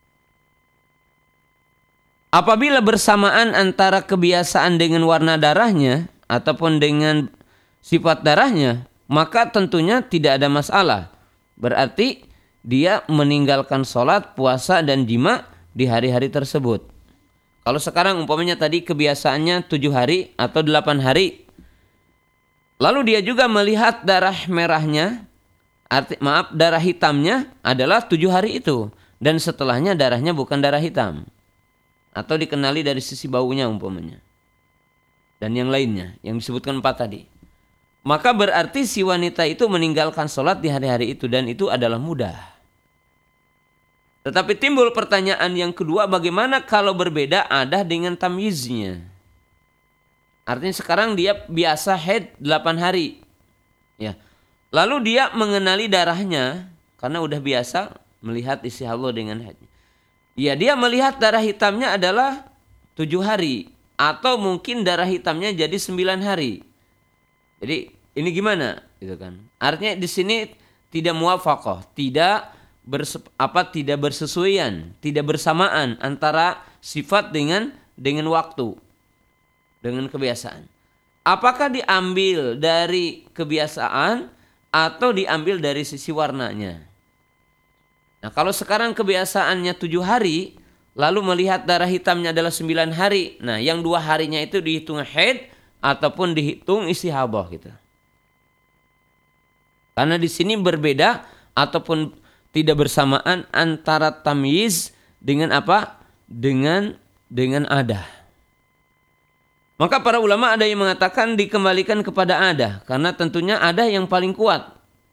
Apabila bersamaan antara kebiasaan dengan warna darahnya. Ataupun dengan sifat darahnya. Maka tentunya tidak ada masalah. Berarti dia meninggalkan sholat, puasa, dan jima di hari-hari tersebut. Kalau sekarang umpamanya tadi kebiasaannya tujuh hari atau delapan hari. Lalu dia juga melihat darah merahnya, arti, maaf darah hitamnya adalah tujuh hari itu. Dan setelahnya darahnya bukan darah hitam. Atau dikenali dari sisi baunya umpamanya. Dan yang lainnya yang disebutkan empat tadi. Maka berarti si wanita itu meninggalkan sholat di hari-hari itu. Dan itu adalah mudah. Tetapi timbul pertanyaan yang kedua. Bagaimana kalau berbeda adah dengan tamyiznya? Artinya sekarang dia biasa haid delapan hari. Ya. Lalu dia mengenali darahnya. Karena udah biasa melihat isi Allah dengan haid. Ya, dia melihat darah hitamnya adalah tujuh hari. Atau mungkin darah hitamnya jadi sembilan hari. Jadi ini gimana, gitu kan? Artinya di sini tidak muwafaqah, tidak berse, apa tidak bersesuaian, tidak bersamaan antara sifat dengan dengan waktu, dengan kebiasaan. Apakah diambil dari kebiasaan atau diambil dari sisi warnanya? Nah, kalau sekarang kebiasaannya tujuh hari, lalu melihat darah hitamnya adalah sembilan hari. Nah, yang dua harinya itu dihitung haid ataupun dihitung istihadah gitu. Karena di sini berbeda ataupun tidak bersamaan antara tamyiz dengan apa? Dengan dengan adah. Maka para ulama ada yang mengatakan dikembalikan kepada adah karena tentunya adah yang paling kuat.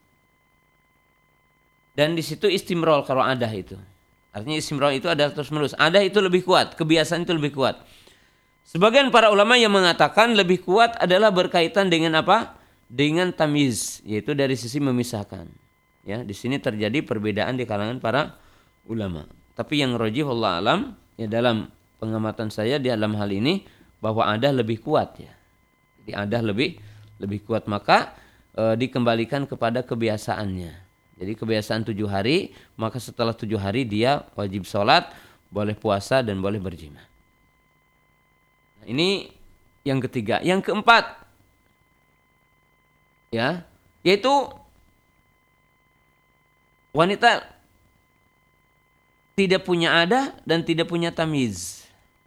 Dan di situ istimrol kalau adah itu. Artinya istimrol itu adalah terus menerus. Adah itu lebih kuat, kebiasaan itu lebih kuat. Sebagian para ulama yang mengatakan lebih kuat adalah berkaitan dengan apa? Dengan tamyiz, yaitu dari sisi memisahkan. Ya, di sini terjadi perbedaan di kalangan para ulama. Tapi yang rajih wallahu alam, ya dalam pengamatan saya di dalam hal ini bahwa adah lebih kuat ya. Jadi adah lebih lebih kuat maka e, dikembalikan kepada kebiasaannya. Jadi kebiasaan tujuh hari, maka setelah tujuh hari dia wajib sholat, boleh puasa dan boleh berjima. Ini yang ketiga. Yang keempat, ya, yaitu wanita tidak punya adah dan tidak punya tamyiz.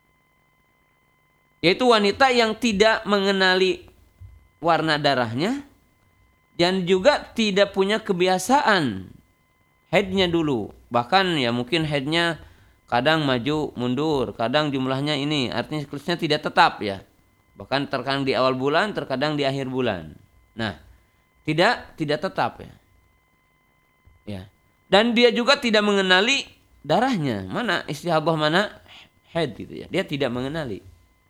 Yaitu wanita yang tidak mengenali warna darahnya dan juga tidak punya kebiasaan haidnya dulu. Bahkan ya mungkin haidnya kadang maju mundur, kadang jumlahnya ini, artinya siklusnya tidak tetap ya. Bahkan terkadang di awal bulan, terkadang di akhir bulan. Nah, tidak tidak tetap ya. Ya. Dan dia juga tidak mengenali darahnya, mana istihadah, mana haid gitu ya. Dia tidak mengenali.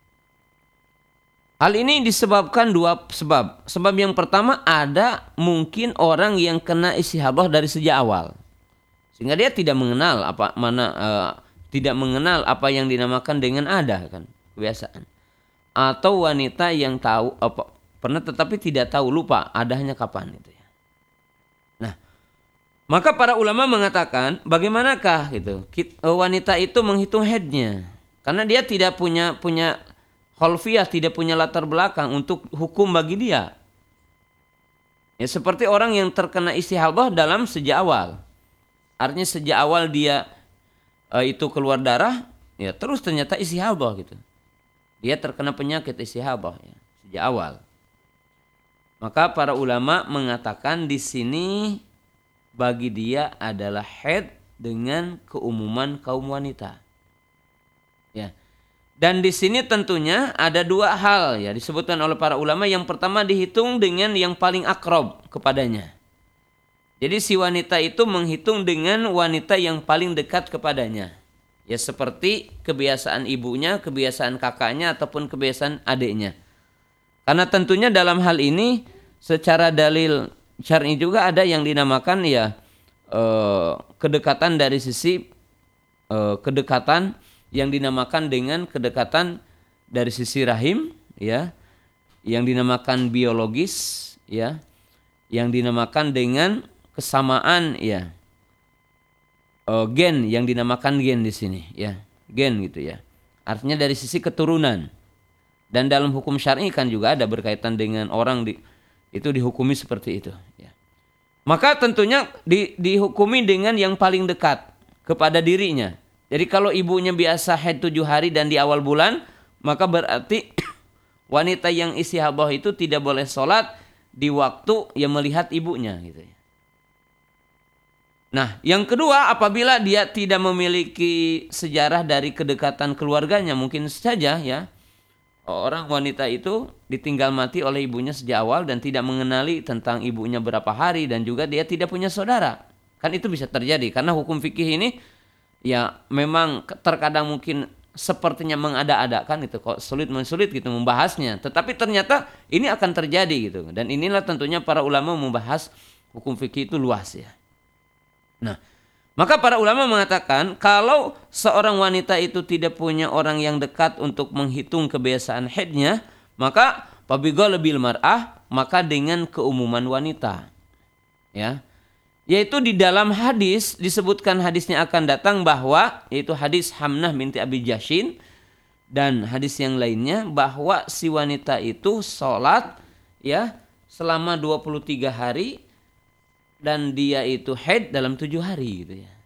Hal ini disebabkan dua sebab. Sebab yang pertama, ada mungkin orang yang kena istihadah dari sejak awal. Sehingga dia tidak mengenal apa mana uh, tidak mengenal apa yang dinamakan dengan adah kan, kebiasaan. Atau wanita yang tahu apa pernah tetapi tidak tahu, lupa adahnya kapan itu ya. Nah, maka para ulama mengatakan bagaimanakah gitu wanita itu menghitung haidnya? Karena dia tidak punya punya khalfiyah, tidak punya latar belakang untuk hukum bagi dia. Ya seperti orang yang terkena istihadah dalam sejak awal. Artinya sejak awal dia e, itu keluar darah, ya terus ternyata istihadah gitu. Dia terkena penyakit istihadah ya, sejak awal. Maka para ulama mengatakan di sini bagi dia adalah haid dengan keumuman kaum wanita. Dan di sini tentunya ada dua hal ya disebutkan oleh para ulama. Yang pertama dihitung dengan yang paling akrab kepadanya. Jadi si wanita itu menghitung dengan wanita yang paling dekat kepadanya. Ya seperti kebiasaan ibunya, kebiasaan kakaknya ataupun kebiasaan adiknya. Karena tentunya dalam hal ini secara dalil syar'i juga ada yang dinamakan ya eh, kedekatan dari sisi eh, kedekatan yang dinamakan dengan kedekatan dari sisi rahim ya, yang dinamakan biologis ya, yang dinamakan dengan kesamaan ya, uh, gen yang dinamakan gen di sini ya, gen gitu ya. Artinya dari sisi keturunan. Dan dalam hukum syar'i kan juga ada berkaitan dengan orang di, itu dihukumi seperti itu ya. Maka tentunya di, dihukumi dengan yang paling dekat kepada dirinya. Jadi kalau ibunya biasa haid tujuh hari dan di awal bulan, maka berarti wanita yang istihadah itu tidak boleh sholat di waktu yang melihat ibunya gitu ya. Nah, yang kedua apabila dia tidak memiliki sejarah dari kedekatan keluarganya, mungkin saja ya orang wanita itu ditinggal mati oleh ibunya sejak awal dan tidak mengenali tentang ibunya berapa hari dan juga dia tidak punya saudara. Kan itu bisa terjadi karena hukum fikih ini ya memang terkadang mungkin sepertinya mengada-adakan itu kok sulit mensulit gitu membahasnya. Tetapi ternyata ini akan terjadi gitu. Dan inilah tentunya para ulama membahas hukum fikih itu luas ya. Nah, maka para ulama mengatakan kalau seorang wanita itu tidak punya orang yang dekat untuk menghitung kebiasaan haidnya, maka pabigol bil mar'ah, maka dengan keumuman wanita. Ya. Yaitu di dalam hadis disebutkan hadisnya akan datang bahwa yaitu hadis Hamnah binti Abi Jashin dan hadis yang lainnya bahwa si wanita itu sholat ya selama dua puluh tiga hari dan dia itu haid dalam tujuh hari gitu ya.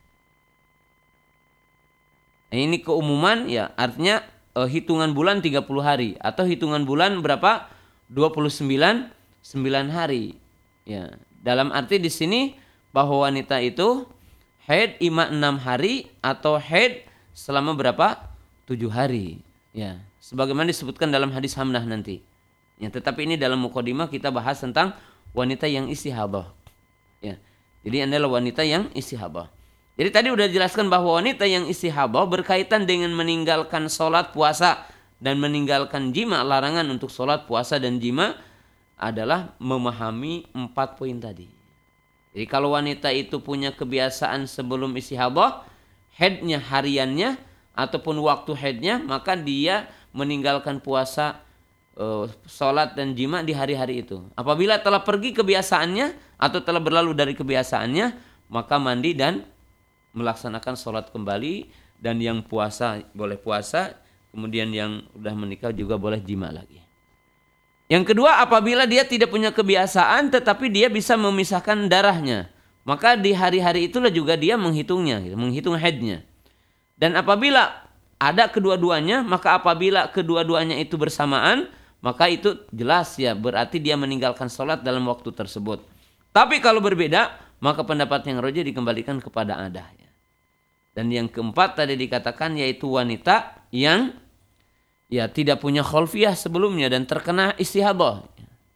Nah, ini keumuman ya artinya eh, hitungan bulan tiga puluh hari atau hitungan bulan berapa? dua puluh sembilan hari. Ya, dalam arti di sini bahwa wanita itu haid ima enam hari atau haid selama berapa? tujuh hari. Ya, sebagaimana disebutkan dalam hadis Hamnah nanti. Ya, tetapi ini dalam mukadimah kita bahas tentang wanita yang istihadah. Ya. Jadi adalah wanita yang istihadah. Jadi tadi udah dijelaskan bahwa wanita yang istihadah berkaitan dengan meninggalkan sholat, puasa dan meninggalkan jima, larangan untuk sholat, puasa dan jima adalah memahami empat poin tadi. Jadi kalau wanita itu punya kebiasaan sebelum istihadah, haidnya hariannya ataupun waktu haidnya, maka dia meninggalkan puasa, Uh, sholat dan jima di hari-hari itu. Apabila telah pergi kebiasaannya atau telah berlalu dari kebiasaannya, maka mandi dan melaksanakan sholat kembali. Dan yang puasa boleh puasa, kemudian yang udah menikah juga boleh jima lagi. Yang kedua, apabila dia tidak punya kebiasaan tetapi dia bisa memisahkan darahnya, maka di hari-hari itulah juga dia menghitungnya, gitu, menghitung haidnya. Dan apabila ada kedua-duanya, maka apabila kedua-duanya itu bersamaan, maka itu jelas ya berarti dia meninggalkan sholat dalam waktu tersebut. Tapi kalau berbeda, maka pendapat yang rajih dikembalikan kepada adah. Ya. Dan yang keempat tadi dikatakan yaitu wanita yang ya tidak punya kholfiyah sebelumnya dan terkena istihadah.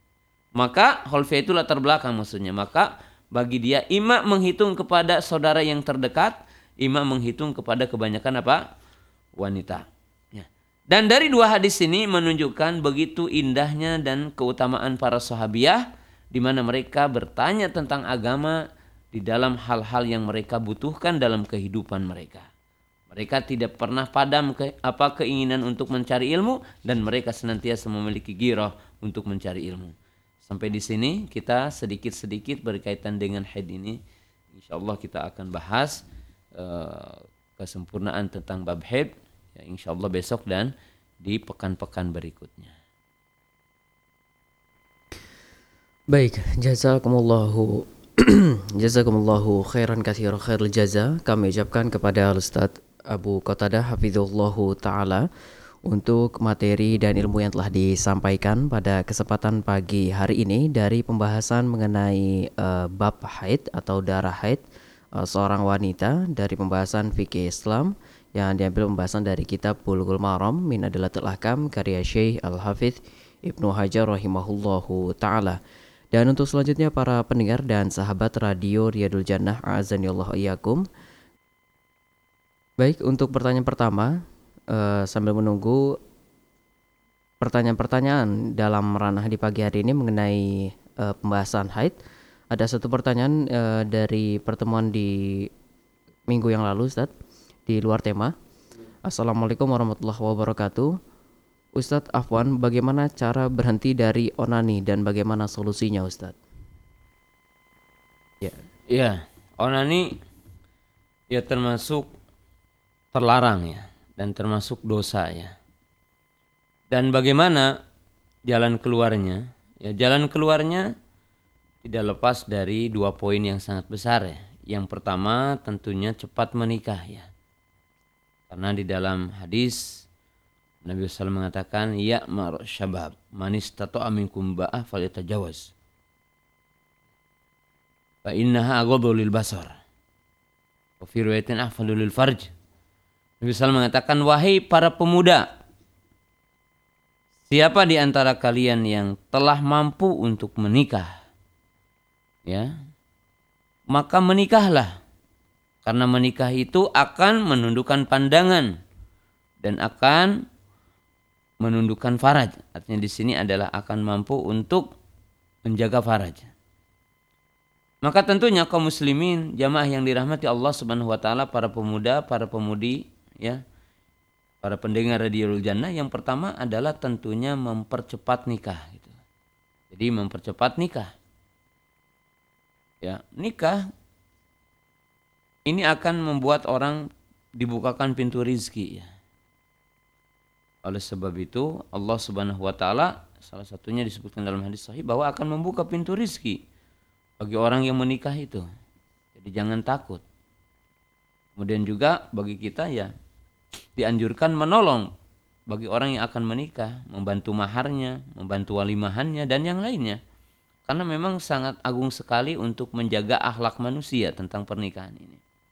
Maka kholfiyah itu latar belakang maksudnya. Maka bagi dia ima menghitung kepada saudara yang terdekat, ima menghitung kepada kebanyakan apa? Wanita. Dan dari dua hadis ini menunjukkan begitu indahnya dan keutamaan para sahabiah di mana mereka bertanya tentang agama di dalam hal-hal yang mereka butuhkan dalam kehidupan mereka. Mereka tidak pernah padam ke, apa keinginan untuk mencari ilmu dan mereka senantiasa memiliki girah untuk mencari ilmu. Sampai di sini kita sedikit-sedikit berkaitan dengan haid ini. Insyaallah kita akan bahas uh, kesempurnaan tentang bab haid. Ya, insya Allah besok dan di pekan-pekan berikutnya. Baik, jazakumullahu jazakumullahu khairan katsiran khairul jaza. Kami ucapkan kepada Ustaz Abu Qatadah hafizahullahu taala untuk materi dan ilmu yang telah disampaikan pada kesempatan pagi hari ini dari pembahasan mengenai uh, bab haid atau darah haid uh, seorang wanita dari pembahasan fikih Islam yang diambil pembahasan dari kitab Bulughul Maram min Adillatil Ahkam karya Syekh Al-Hafidz Ibnu Hajar rahimahullahu taala. Dan untuk selanjutnya para pendengar dan sahabat Radio Riyadul Jannah, a'azanillahu iyyakum. Baik, untuk pertanyaan pertama, uh, sambil menunggu pertanyaan-pertanyaan dalam ranah di pagi hari ini mengenai uh, pembahasan haid, ada satu pertanyaan uh, dari pertemuan di minggu yang lalu, Ustaz, di luar tema. Assalamualaikum warahmatullahi wabarakatuh. Ustadz Afwan, bagaimana cara berhenti dari onani dan bagaimana solusinya, Ustadz? Ya, ya, onani ya termasuk terlarang ya, dan termasuk dosa ya. Dan bagaimana jalan keluarnya? Ya, jalan keluarnya tidak lepas dari dua poin yang sangat besar ya. Yang pertama tentunya cepat menikah ya. Karena di dalam hadis Nabi shallallahu alaihi wasallam mengatakan, ya mar syabab man istata'a minkum ba'ah falyatajawaz fa innaha aghaddu lil basar wa fi riwayatin ahfadhu lil farj. Nabi shallallahu alaihi wasallam mengatakan, wahai para pemuda, siapa di antara kalian yang telah mampu untuk menikah, ya, maka menikahlah, karena menikah itu akan menundukkan pandangan dan akan menundukkan faraj. Artinya di sini adalah akan mampu untuk menjaga faraj. Maka tentunya kaum muslimin, jamaah yang dirahmati Allah Subhanahu wa taala, para pemuda, para pemudi ya, para pendengar Radiul Jannah, yang pertama adalah tentunya mempercepat nikah gitu. Jadi mempercepat nikah. Ya, nikah ini akan membuat orang dibukakan pintu rizki ya. Oleh sebab itu Allah Subhanahu wa taala salah satunya disebutkan dalam hadis sahih bahwa akan membuka pintu rizki bagi orang yang menikah itu. Jadi jangan takut. Kemudian juga bagi kita ya dianjurkan menolong bagi orang yang akan menikah, membantu maharnya, membantu walimahannya dan yang lainnya. Karena memang sangat agung sekali untuk menjaga akhlak manusia tentang pernikahan ini.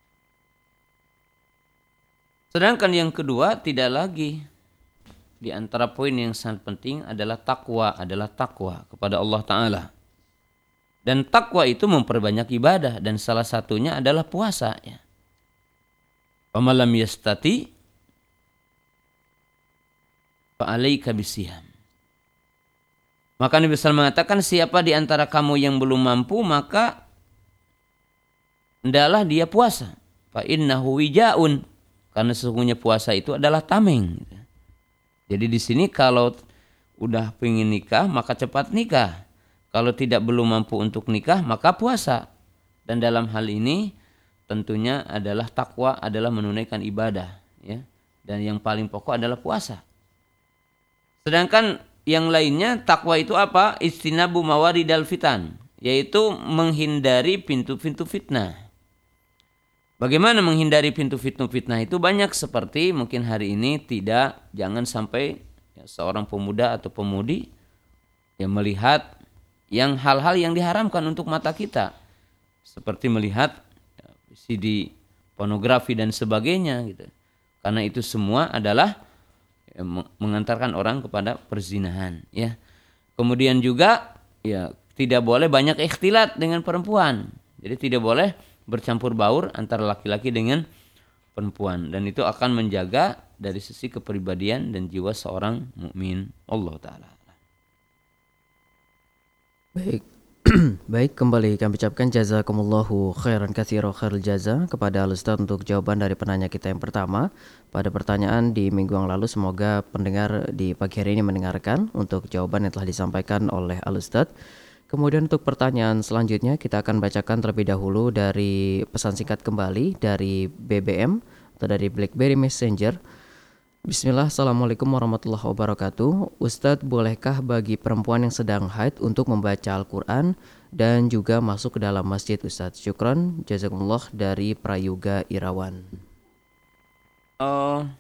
Sedangkan yang kedua, tidak lagi di antara poin yang sangat penting adalah takwa, adalah takwa kepada Allah Ta'ala. Dan takwa itu memperbanyak ibadah, dan salah satunya adalah puasa ya. Famalam yastati fa'alaika bisiyam. Maka Nabi sallallahu alaihi wasallam mengatakan, siapa di antara kamu yang belum mampu, maka hendaklah dia puasa. Fa innahu wijaun, karena sesungguhnya puasa itu adalah tameng. Jadi di sini kalau udah pengen nikah maka cepat nikah. Kalau tidak belum mampu untuk nikah maka puasa. Dan dalam hal ini tentunya adalah takwa, adalah menunaikan ibadah ya. Dan yang paling pokok adalah puasa. Sedangkan yang lainnya takwa itu apa? Istinabu mawaridal fitan, yaitu menghindari pintu-pintu fitnah. Bagaimana menghindari pintu fitnah-fitnah itu? Banyak, seperti mungkin hari ini tidak, jangan sampai ya, seorang pemuda atau pemudi yang melihat yang hal-hal yang diharamkan untuk mata kita, seperti melihat ya, C D pornografi dan sebagainya gitu. Karena itu semua adalah ya, mengantarkan orang kepada perzinahan ya. Kemudian juga ya tidak boleh banyak ikhtilat dengan perempuan. Jadi tidak boleh bercampur baur antara laki-laki dengan perempuan, dan itu akan menjaga dari sisi kepribadian dan jiwa seorang mukmin. Allah Ta'ala. Baik. Baik, kembali kami ucapkan jazakumullahu khairan katsira khairul jaza kepada Al-Ustaz untuk jawaban dari penanya kita yang pertama pada pertanyaan di minggu yang lalu. Semoga pendengar di pagi hari ini mendengarkan untuk jawaban yang telah disampaikan oleh Al-Ustaz. Kemudian untuk pertanyaan selanjutnya kita akan bacakan terlebih dahulu dari pesan singkat kembali dari B B M atau dari BlackBerry Messenger. Bismillah, Assalamualaikum warahmatullahi wabarakatuh. Ustadz, bolehkah bagi perempuan yang sedang haid untuk membaca Al-Quran dan juga masuk ke dalam masjid, Ustadz? Syukron, jazakumullah, dari Prayoga Irawan. Oh,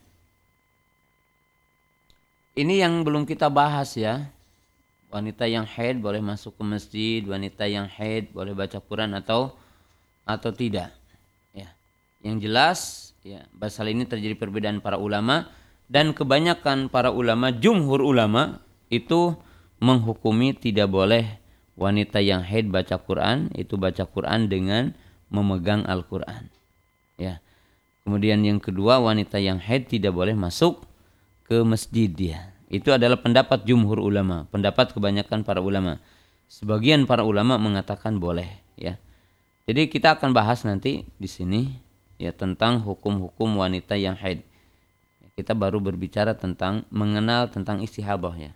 ini yang belum kita bahas ya. Wanita yang haid boleh masuk ke masjid, wanita yang haid boleh baca Quran atau atau tidak. Ya. Yang jelas ya, masalah ini terjadi perbedaan para ulama, dan kebanyakan para ulama, jumhur ulama itu menghukumi tidak boleh wanita yang haid baca Quran, itu baca Quran dengan memegang Al-Quran. Ya. Kemudian yang kedua, wanita yang haid tidak boleh masuk ke masjid dia. Itu adalah pendapat jumhur ulama, pendapat kebanyakan para ulama. Sebagian para ulama mengatakan boleh, ya. Jadi kita akan bahas nanti di sini ya tentang hukum-hukum wanita yang haid. Kita baru berbicara tentang mengenal tentang istihadah ya.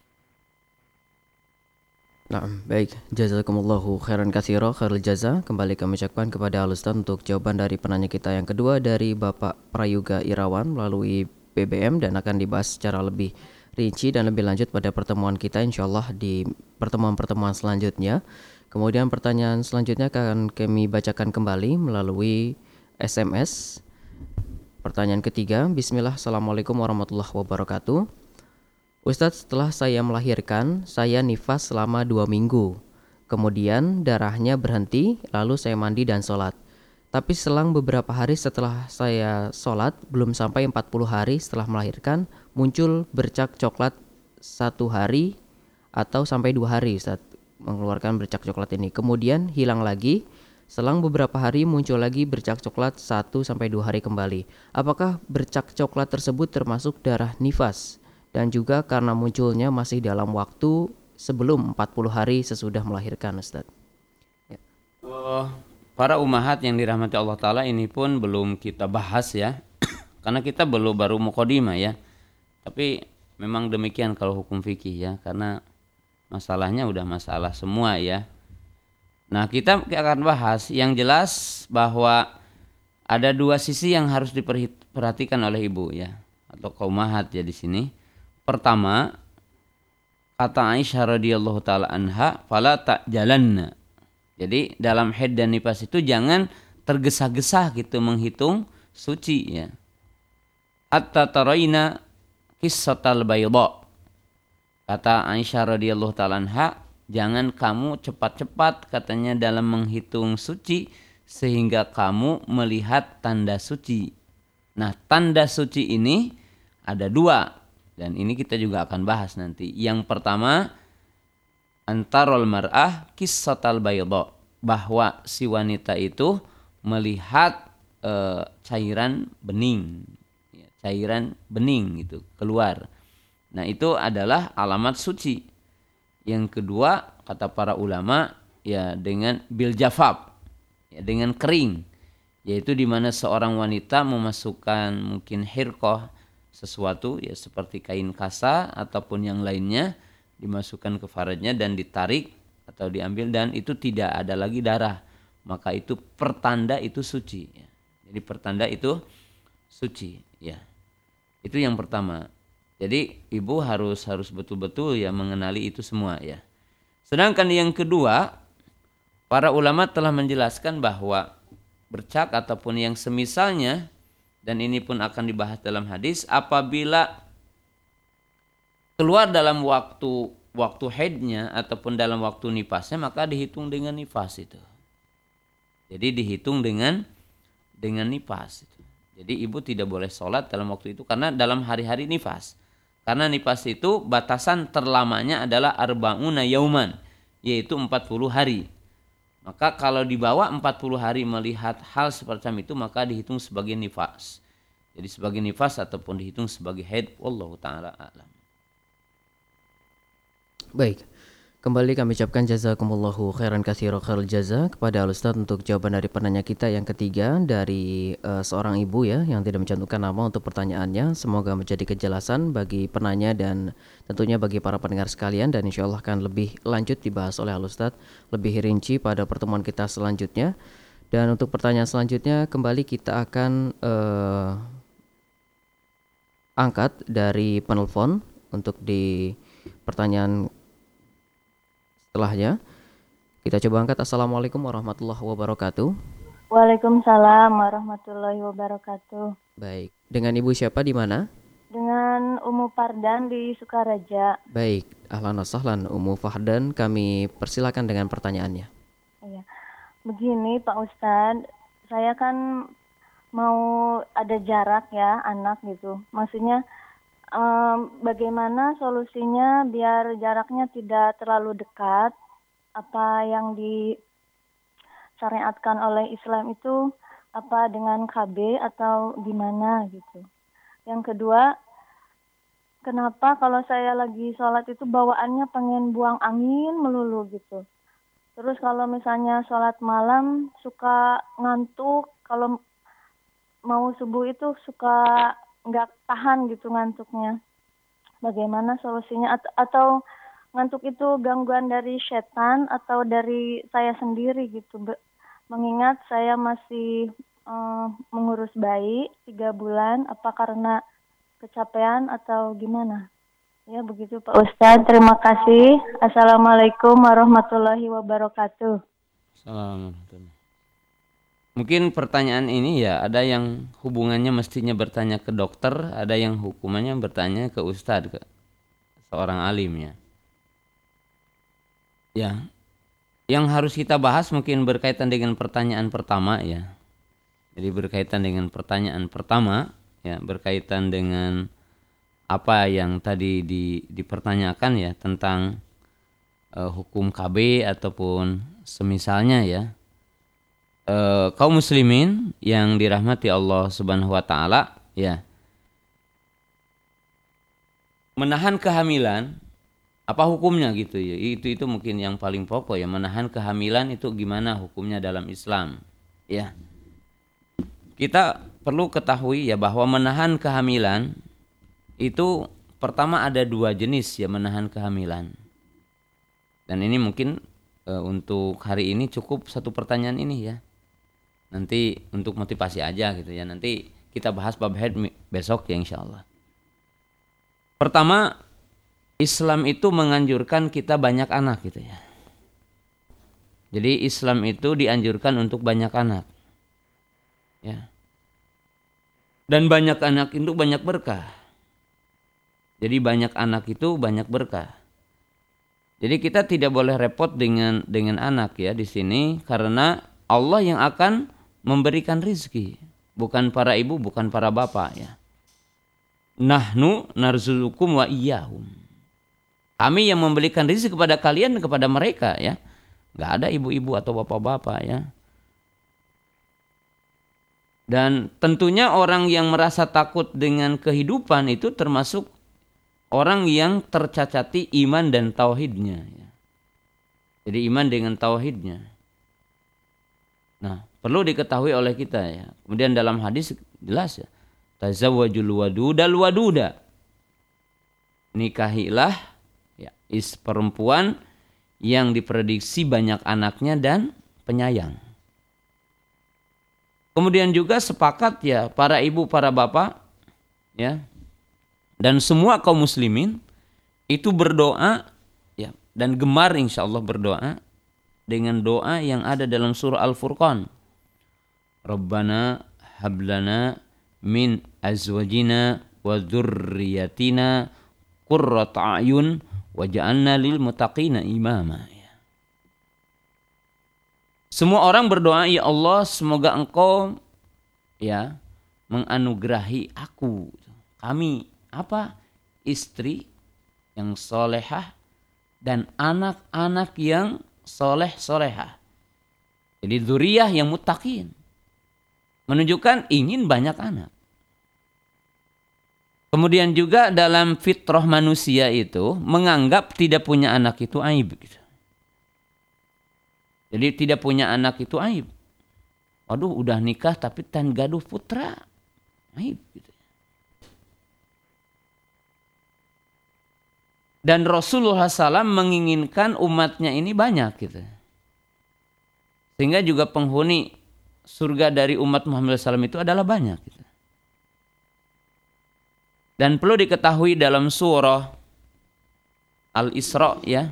Nah, baik. Jazakumullahu khairan katsira, khairul jaza. Kembali kami ucapkan kepada Al-Ustaz untuk jawaban dari penanya kita yang kedua dari Bapak Prayoga Irawan melalui B B M, dan akan dibahas secara lebih rinci dan lebih lanjut pada pertemuan kita insyaallah di pertemuan-pertemuan selanjutnya. Kemudian pertanyaan selanjutnya akan kami bacakan kembali melalui S M S. Pertanyaan ketiga, Bismillah, Assalamualaikum warahmatullahi wabarakatuh. Ustadz, setelah saya melahirkan, saya nifas selama dua minggu. Kemudian darahnya berhenti, lalu saya mandi dan sholat. Tapi selang beberapa hari setelah saya sholat, belum sampai empat puluh hari setelah melahirkan, muncul bercak coklat satu hari atau sampai dua hari, Ustadz, mengeluarkan bercak coklat ini. Kemudian hilang lagi, selang beberapa hari muncul lagi bercak coklat satu sampai dua hari kembali. Apakah bercak coklat tersebut termasuk darah nifas? Dan juga karena munculnya masih dalam waktu sebelum empat puluh hari sesudah melahirkan, Ustadz. Ya. Oh, para ummahat yang dirahmati Allah Ta'ala, ini pun belum kita bahas ya. Karena kita belum baru mukhodimah ya. Tapi memang demikian kalau hukum fikih ya. Karena masalahnya udah masalah semua ya. Nah, kita akan bahas yang jelas bahwa ada dua sisi yang harus diperhatikan oleh ibu ya, atau kaum ummahat ya di sini. Pertama, kata Aisyah radhiyallahu taala anha, fala ta'jalanna. Jadi dalam haid dan nifas itu jangan tergesa-gesa gitu menghitung suci ya. Hatta taraina qissatal bayda. Kata Aisyah radhiyallahu taala anha, jangan kamu cepat-cepat katanya dalam menghitung suci sehingga kamu melihat tanda suci. Nah, tanda suci ini ada dua, dan ini kita juga akan bahas nanti. Yang pertama, antarul mar'ah qissatal bayda, bahwa si wanita itu melihat e, cairan bening, ya, cairan bening itu keluar. Nah, itu adalah alamat suci. Yang kedua, kata para ulama, ya dengan bil jafaf, ya dengan kering, yaitu di mana seorang wanita memasukkan mungkin hirqah, sesuatu ya seperti kain kasa ataupun yang lainnya, dimasukkan ke farajnya dan ditarik atau diambil, dan itu tidak ada lagi darah, maka itu pertanda itu suci ya. Jadi pertanda itu suci ya. Itu yang pertama. Jadi ibu harus harus betul-betul ya mengenali itu semua ya. Sedangkan yang kedua, para ulama telah menjelaskan bahwa bercak ataupun yang semisalnya, dan ini pun akan dibahas dalam hadis, apabila keluar dalam waktu waktu haidnya ataupun dalam waktu nifasnya, maka dihitung dengan nifas itu. Jadi dihitung dengan dengan nifas itu. Jadi ibu tidak boleh sholat dalam waktu itu karena dalam hari-hari nifas. Karena nifas itu batasan terlamanya adalah arba'una yauman, yaitu empat puluh hari. Maka kalau di bawah empat puluh hari melihat hal semacam itu, maka dihitung sebagai nifas. Jadi sebagai nifas ataupun dihitung sebagai haid, wallahu taala a'lam. Baik. Kembali kami ucapkan jazakumullahu khairan katsira khairul jaza kepada Al-Ustaz untuk jawaban dari penanya kita yang ketiga dari uh, seorang ibu ya yang tidak mencantumkan nama untuk pertanyaannya. Semoga menjadi kejelasan bagi penanya dan tentunya bagi para pendengar sekalian, dan insya Allah akan lebih lanjut dibahas oleh Al-Ustaz lebih rinci pada pertemuan kita selanjutnya. Dan untuk pertanyaan selanjutnya kembali kita akan uh, angkat dari penelpon untuk di pertanyaan setelahnya. Kita coba angkat. Assalamualaikum warahmatullahi wabarakatuh. Waalaikumsalam warahmatullahi wabarakatuh. Baik. Dengan ibu siapa di mana? Dengan Umu Fardan di Sukaraja. Baik. Ahlan wa sahlan Umu Fardan, kami persilakan dengan pertanyaannya. Iya. Begini Pak Ustadz, saya kan mau ada jarak ya anak gitu. Maksudnya um, bagaimana solusinya biar jaraknya tidak terlalu dekat? Apa yang disyariatkan oleh Islam itu apa dengan K B atau gimana gitu. Yang kedua, kenapa kalau saya lagi sholat itu bawaannya pengen buang angin melulu gitu. Terus kalau misalnya sholat malam suka ngantuk, kalau mau subuh itu suka nggak tahan gitu ngantuknya. Bagaimana solusinya? At- atau ngantuk itu gangguan dari setan atau dari saya sendiri gitu. Be- mengingat saya masih uh, mengurus bayi tiga bulan, apa karena kecapean atau gimana? Ya begitu Pak Ustadz, terima kasih. Assalamualaikum warahmatullahi wabarakatuh. Assalamualaikum. Mungkin pertanyaan ini ya ada yang hubungannya mestinya bertanya ke dokter, ada yang hukumannya bertanya ke ustadz, ke seorang alim ya. Ya, yang harus kita bahas mungkin berkaitan dengan pertanyaan pertama ya. Jadi berkaitan dengan pertanyaan pertama ya, berkaitan dengan apa yang tadi di, dipertanyakan ya tentang uh, hukum K B ataupun semisalnya ya. Uh, kaum muslimin yang dirahmati Allah Subhanahu wa taala ya. Menahan kehamilan apa hukumnya gitu ya. Itu itu mungkin yang paling pokok ya, menahan kehamilan itu gimana hukumnya dalam Islam ya. Kita perlu ketahui ya bahwa menahan kehamilan itu pertama ada dua jenis ya menahan kehamilan. Dan ini mungkin uh, untuk hari ini cukup satu pertanyaan ini ya. Nanti untuk motivasi aja gitu ya. Nanti kita bahas bab haid besok ya insyaallah. Pertama, Islam itu menganjurkan kita banyak anak gitu ya. Jadi Islam itu dianjurkan untuk banyak anak. Ya. Dan banyak anak itu banyak berkah. Jadi banyak anak itu banyak berkah. Jadi kita tidak boleh repot dengan dengan anak ya di sini karena Allah yang akan memberikan rizki, bukan para ibu, bukan para bapak ya. Nahnu narzuqukum wa iyyahum. Kami yang memberikan rizki kepada kalian dan kepada mereka ya. Enggak ada ibu-ibu atau bapak-bapak ya. Dan tentunya orang yang merasa takut dengan kehidupan itu termasuk orang yang tercacati iman dan tauhidnya ya. Jadi iman dengan tauhidnya. Nah, perlu diketahui oleh kita ya. Kemudian dalam hadis jelas ya. Tazawwajul wadudal waduda. Nikahilah ya, is perempuan yang diprediksi banyak anaknya dan penyayang. Kemudian juga sepakat ya para ibu, para bapak ya. Dan semua kaum muslimin itu berdoa ya dan gemar insyaallah berdoa dengan doa yang ada dalam surah Al-Furqan. Rabbana hablana min azwajina wa dzurriyyatina qurrata a'yun waj'alna lil muttaqina imama. Semua orang berdoa, ya Allah, semoga Engkau ya menganugerahi aku, kami apa? Istri yang solehah dan anak-anak yang soleh solehah. Jadi dzurriyyah yang muttaqin. Menunjukkan ingin banyak anak. Kemudian juga dalam fitrah manusia itu menganggap tidak punya anak itu aib. Jadi tidak punya anak itu aib. Waduh udah nikah tapi tan gaduh putra. Aib gitu. Dan Rasulullah shallallahu alaihi wasallam menginginkan umatnya ini banyak gitu. Sehingga juga penghuni surga dari umat Muhammad shallallahu alaihi wasallam itu adalah banyak gitu. Dan perlu diketahui dalam surah Al-Isra ya.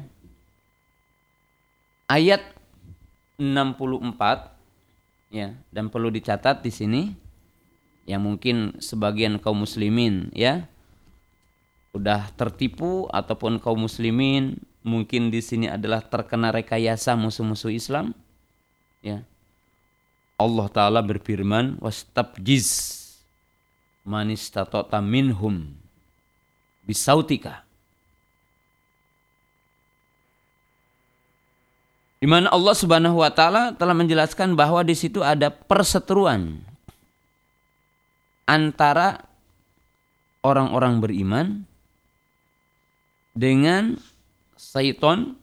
Ayat enam puluh empat ya, dan perlu dicatat di sini yang mungkin sebagian kaum muslimin ya udah tertipu ataupun kaum muslimin mungkin di sini adalah terkena rekayasa musuh-musuh Islam ya. Allah Ta'ala berfirman, wastabjiz man istata'ta minhum bisautika. Di mana Allah Subhanahu wa Ta'ala telah menjelaskan bahwa di situ ada perseteruan antara orang-orang beriman dengan syaitan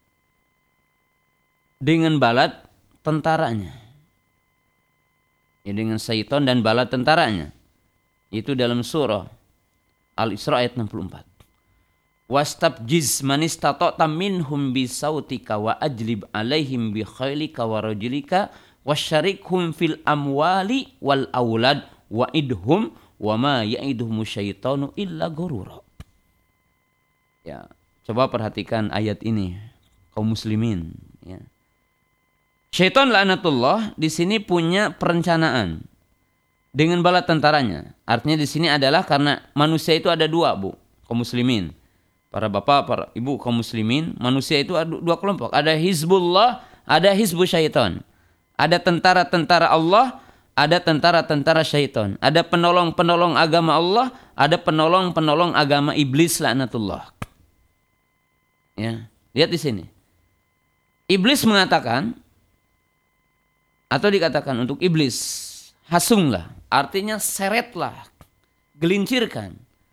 dengan balat tentaranya. Ya, dengan syaitan dan bala tentaranya. Itu dalam surah Al-Isra ayat enam puluh empat. Wastabjiz man istata'ta minhum bisautika wa ajlib alaihim bi khailika wa rajulika wasyarikhum fil amwali wal aulad wa idhum wa ma ya'iduhum syaitanu illa ghurura. Ya, coba perhatikan ayat ini kaum muslimin, ya. Syaitan laknatullah di sini punya perencanaan dengan bala tentaranya. Artinya di sini adalah karena manusia itu ada dua, Bu, kaum muslimin. Para bapak, para ibu kaum muslimin, manusia itu ada dua kelompok. Ada Hizbullah, ada Hizbus Syaitan. Ada tentara-tentara Allah, ada tentara-tentara syaitan. Ada penolong-penolong agama Allah, ada penolong-penolong agama iblis laknatullah. Ya, lihat di sini. Iblis mengatakan, atau dikatakan untuk iblis, hasunglah, artinya seretlah, gelincirkan.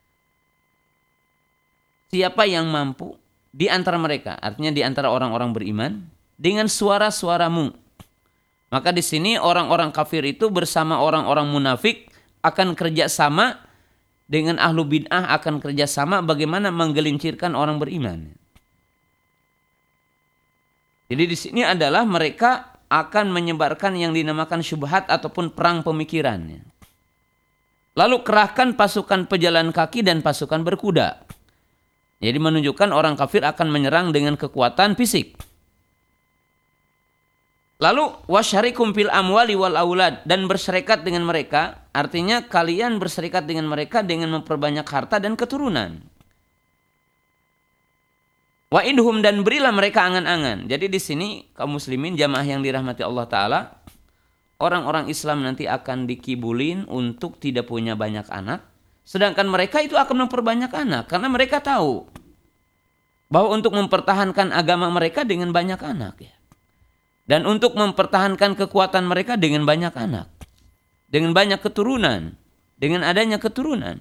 Siapa yang mampu di antara mereka, artinya di antara orang-orang beriman, dengan suara-suaramu. Maka di sini orang-orang kafir itu bersama orang-orang munafik akan kerjasama dengan ahlu bid'ah, akan kerjasama bagaimana menggelincirkan orang beriman. Jadi di sini adalah mereka akan menyebarkan yang dinamakan syubhat ataupun perang pemikiran. Lalu kerahkan pasukan pejalan kaki dan pasukan berkuda. Jadi menunjukkan orang kafir akan menyerang dengan kekuatan fisik. Lalu wasyarikum fil amwali wal aulad, dan berserikat dengan mereka, artinya kalian berserikat dengan mereka dengan memperbanyak harta dan keturunan. Wa idhum, dan berilah mereka angan-angan. Jadi di sini kaum muslimin jamaah yang dirahmati Allah Ta'ala, orang-orang Islam nanti akan dikibulin untuk tidak punya banyak anak. Sedangkan mereka itu akan memperbanyak anak. Karena mereka tahu bahwa untuk mempertahankan agama mereka dengan banyak anak. Ya. Dan untuk mempertahankan kekuatan mereka dengan banyak anak. Dengan banyak keturunan. Dengan adanya keturunan.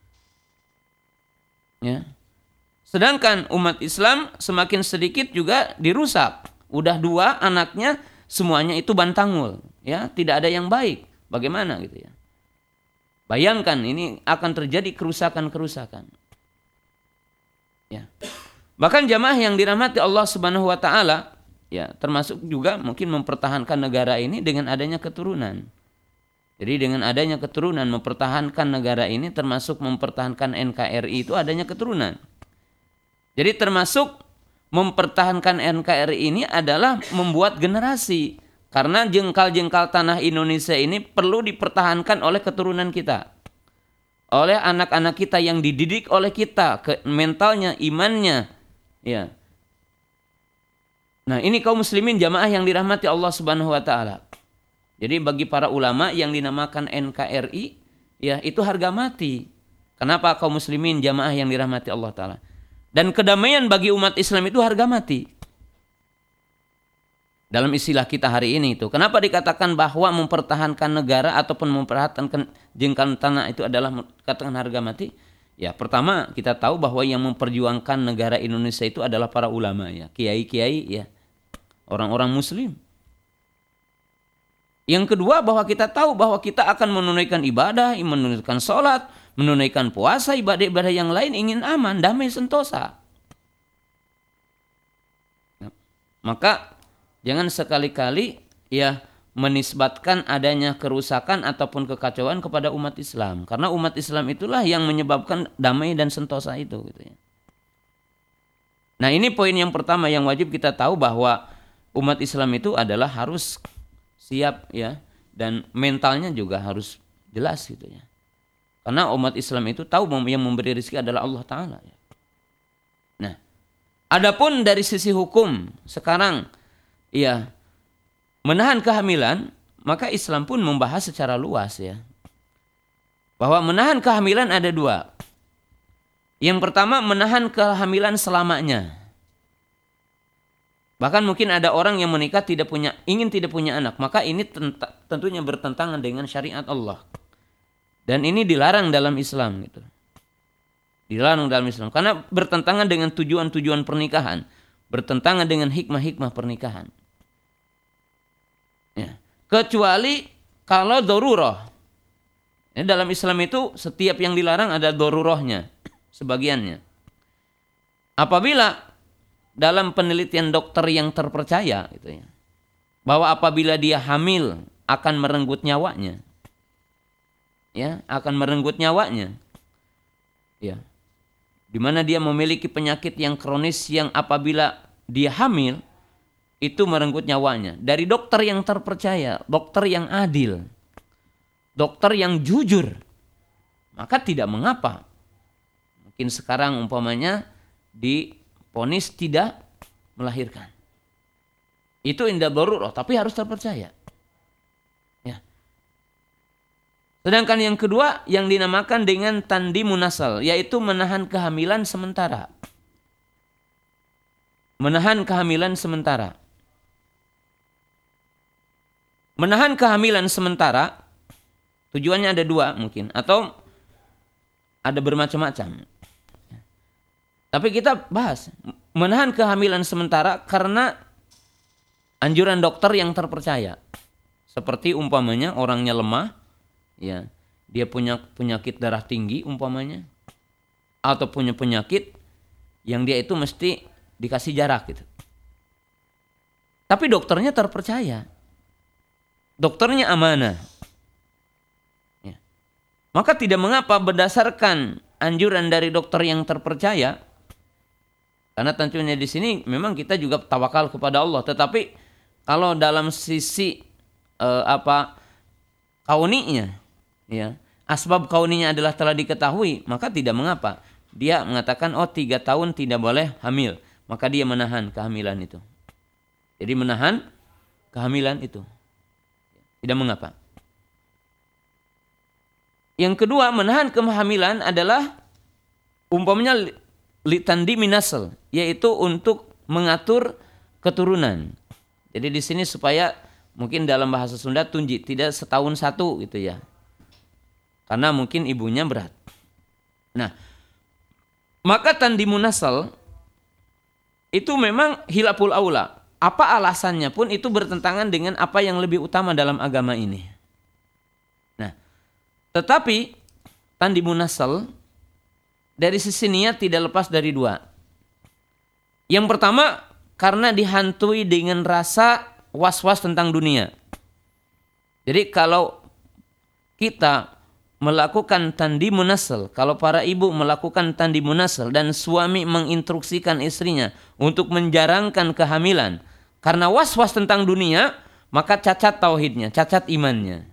Ya. Sedangkan umat Islam semakin sedikit juga dirusak. Udah dua anaknya semuanya itu bantangul, ya, tidak ada yang baik. Bagaimana gitu ya? Bayangkan ini akan terjadi kerusakan-kerusakan. Ya. Bahkan jamaah yang dirahmati Allah Subhanahu wa Ta'ala, ya, termasuk juga mungkin mempertahankan negara ini dengan adanya keturunan. Jadi dengan adanya keturunan mempertahankan negara ini termasuk mempertahankan N K R I itu adanya keturunan. Jadi termasuk mempertahankan N K R I ini adalah membuat generasi. Karena jengkal-jengkal tanah Indonesia ini perlu dipertahankan oleh keturunan kita. Oleh anak-anak kita yang dididik oleh kita, ke mentalnya, imannya. Ya. Nah ini kaum muslimin jamaah yang dirahmati Allah Subhanahu wa Ta'ala. Jadi bagi para ulama yang dinamakan N K R I, ya itu harga mati. Kenapa kaum muslimin jamaah yang dirahmati Allah Ta'ala? Dan kedamaian bagi umat Islam itu harga mati. Dalam istilah kita hari ini itu. Kenapa dikatakan bahwa mempertahankan negara ataupun mempertahankan jengkal tanah itu adalah katakan harga mati? Ya, pertama kita tahu bahwa yang memperjuangkan negara Indonesia itu adalah para ulama, ya, kiai-kiai, ya, orang-orang muslim. Yang kedua bahwa kita tahu bahwa kita akan menunaikan ibadah, menunaikan sholat, menunaikan puasa, ibadah-ibadah yang lain, ingin aman, damai, sentosa. Maka jangan sekali-kali ya menisbatkan adanya kerusakan ataupun kekacauan kepada umat Islam. Karena umat Islam itulah yang menyebabkan damai dan sentosa itu. Gitu ya. Nah ini poin yang pertama yang wajib kita tahu bahwa umat Islam itu adalah harus siap ya, dan mentalnya juga harus jelas gitu ya. Karena umat Islam itu tahu yang memberi rezeki adalah Allah Ta'ala. Nah, adapun dari sisi hukum sekarang, ya menahan kehamilan, maka Islam pun membahas secara luas ya. Bahwa menahan kehamilan ada dua. Yang pertama menahan kehamilan selamanya. Bahkan mungkin ada orang yang menikah tidak punya, ingin tidak punya anak, maka ini tenta, tentunya bertentangan dengan syariat Allah. Dan ini dilarang dalam Islam gitu. Dilarang dalam Islam karena bertentangan dengan tujuan-tujuan pernikahan, bertentangan dengan hikmah-hikmah pernikahan. Ya. Kecuali kalau darurah. Ya, dalam Islam itu setiap yang dilarang ada darurahnya, sebagiannya. Apabila dalam penelitian dokter yang terpercaya gitu ya, bahwa apabila dia hamil akan merenggut nyawanya, ya akan merenggut nyawanya, ya, di mana dia memiliki penyakit yang kronis yang apabila dia hamil itu merenggut nyawanya. Dari dokter yang terpercaya, dokter yang adil, dokter yang jujur, maka tidak mengapa. Mungkin sekarang umpamanya di ponis tidak melahirkan. Itu indah darurah, tapi harus terpercaya. Ya. Sedangkan yang kedua yang dinamakan dengan tandimun nasal, yaitu menahan kehamilan sementara. Menahan kehamilan sementara. Menahan kehamilan sementara tujuannya ada dua mungkin, atau ada bermacam-macam. Tapi kita bahas menahan kehamilan sementara karena anjuran dokter yang terpercaya. Seperti umpamanya orangnya lemah, ya, dia punya penyakit darah tinggi umpamanya, atau punya penyakit yang dia itu mesti dikasih jarak gitu. Tapi dokternya terpercaya, dokternya amanah, ya. Maka tidak mengapa berdasarkan anjuran dari dokter yang terpercaya. Karena tentunya di sini memang kita juga tawakal kepada Allah. Tetapi kalau dalam sisi eh, apa kauninya, ya, asbab kauninya adalah telah diketahui, maka tidak mengapa. Dia mengatakan oh tiga tahun tidak boleh hamil, maka dia menahan kehamilan itu. Jadi menahan kehamilan itu tidak mengapa. Yang kedua, menahan kehamilan adalah umpamanya litandi minasal, yaitu untuk mengatur keturunan. Jadi di sini supaya mungkin dalam bahasa Sunda tunji tidak setahun satu gitu ya. Karena mungkin ibunya berat. Nah, maka tandimun nasal itu memang hilaful aula. Apa alasannya pun itu bertentangan dengan apa yang lebih utama dalam agama ini. Nah, tetapi tandimun nasal dari sisi niat tidak lepas dari dua. Yang pertama, karena dihantui dengan rasa was-was tentang dunia. Jadi kalau kita melakukan tandimun nasal, kalau para ibu melakukan tandimun nasal dan suami menginstruksikan istrinya untuk menjarangkan kehamilan karena was-was tentang dunia, maka cacat tauhidnya, cacat imannya.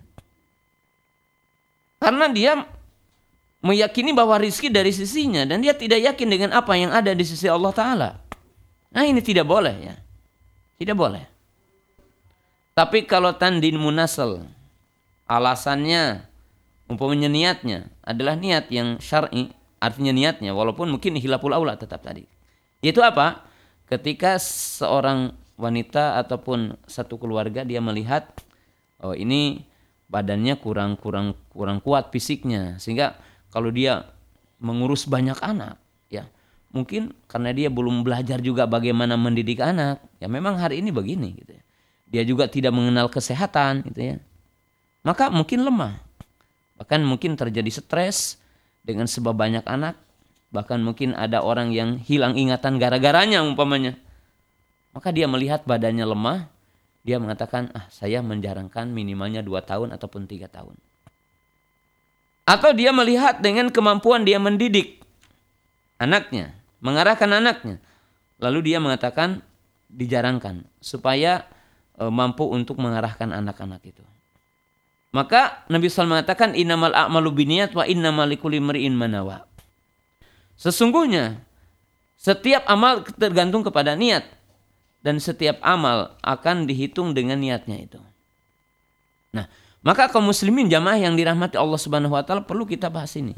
Karena dia meyakini bahwa rizki dari sisinya dan dia tidak yakin dengan apa yang ada di sisi Allah Ta'ala. Nah ini tidak boleh ya. Tidak boleh. Tapi kalau tandimun nasal, alasannya umpamanya niatnya adalah niat yang syar'i, artinya niatnya walaupun mungkin hilaful aula tetap tadi. Yaitu apa? Ketika seorang wanita ataupun satu keluarga dia melihat oh ini badannya kurang kurang kurang kuat fisiknya, sehingga kalau dia mengurus banyak anak, ya mungkin karena dia belum belajar juga bagaimana mendidik anak, ya memang hari ini begini, gitu ya. Dia juga tidak mengenal kesehatan, gitu ya. Maka mungkin lemah, bahkan mungkin terjadi stres dengan sebab banyak anak, bahkan mungkin ada orang yang hilang ingatan gara-garanya umpamanya. Maka dia melihat badannya lemah, dia mengatakan, ah saya menjarangkan minimalnya dua tahun ataupun tiga tahun. Atau dia melihat dengan kemampuan dia mendidik anaknya, mengarahkan anaknya. Lalu dia mengatakan dijarangkan supaya e, mampu untuk mengarahkan anak-anak itu. Maka Nabi shallallahu alaihi wasallam mengatakan innamal a'malu binniyat wa innamal likulli imri'in ma nawa. Sesungguhnya setiap amal tergantung kepada niat dan setiap amal akan dihitung dengan niatnya itu. Nah, maka kaum muslimin jamaah yang dirahmati Allah Subhanahu wa taala perlu kita bahas ini.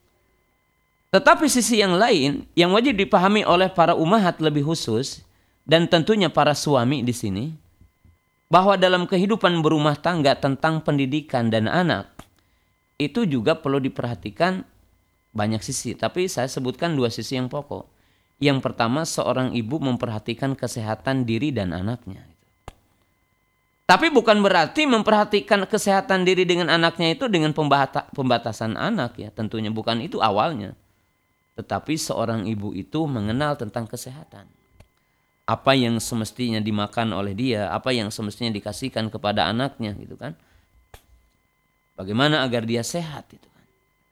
Tetapi sisi yang lain yang wajib dipahami oleh para ummahat lebih khusus dan tentunya para suami di sini, bahwa dalam kehidupan berumah tangga tentang pendidikan dan anak itu juga perlu diperhatikan banyak sisi, tapi saya sebutkan dua sisi yang pokok. Yang pertama, seorang ibu memperhatikan kesehatan diri dan anaknya. Tapi bukan berarti memperhatikan kesehatan diri dengan anaknya itu dengan pembatasan anak ya, tentunya bukan itu awalnya. Tetapi seorang ibu itu mengenal tentang kesehatan. Apa yang semestinya dimakan oleh dia, apa yang semestinya dikasihkan kepada anaknya gitu kan. Bagaimana agar dia sehat gitu kan.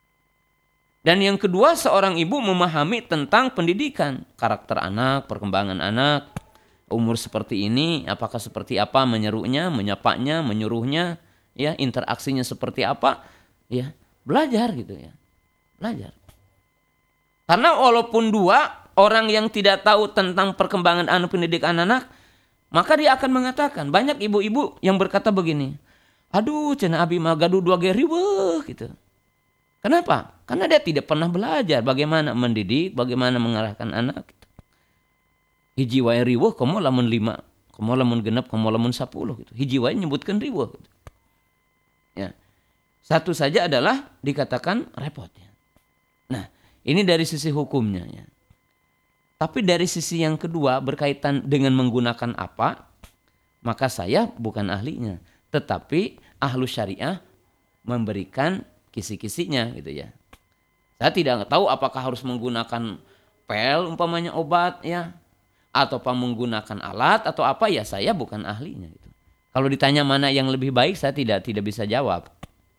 Dan yang kedua, seorang ibu memahami tentang pendidikan, karakter anak, perkembangan anak, umur seperti ini, apakah seperti apa menyerunya, menyapanya, menyuruhnya, ya, interaksinya seperti apa, ya, belajar gitu ya. Belajar. Karena walaupun dua orang yang tidak tahu tentang perkembangan anak, pendidikan anak, maka dia akan mengatakan, banyak ibu-ibu yang berkata begini, aduh cenah abi mah gaduh dua ge riweuh gitu. Kenapa? Karena dia tidak pernah belajar bagaimana mendidik, bagaimana mengarahkan anak. Hiji wae riweuh komo lamun lima, komo lamun genep, komo lamun sepuluh gitu. Hiji wae nyebutkeun riweuh gitu. Ya. Satu saja adalah dikatakan repot ya. Nah, ini dari sisi hukumnya ya. Tapi dari sisi yang kedua berkaitan dengan menggunakan apa, maka saya bukan ahlinya. Tetapi ahlu syariah memberikan kisi-kisinya gitu ya. Saya tidak tahu apakah harus menggunakan pel umpamanya obat ya. Atau apa menggunakan alat atau apa ya, saya bukan ahlinya gitu. Kalau ditanya mana yang lebih baik saya tidak tidak bisa jawab.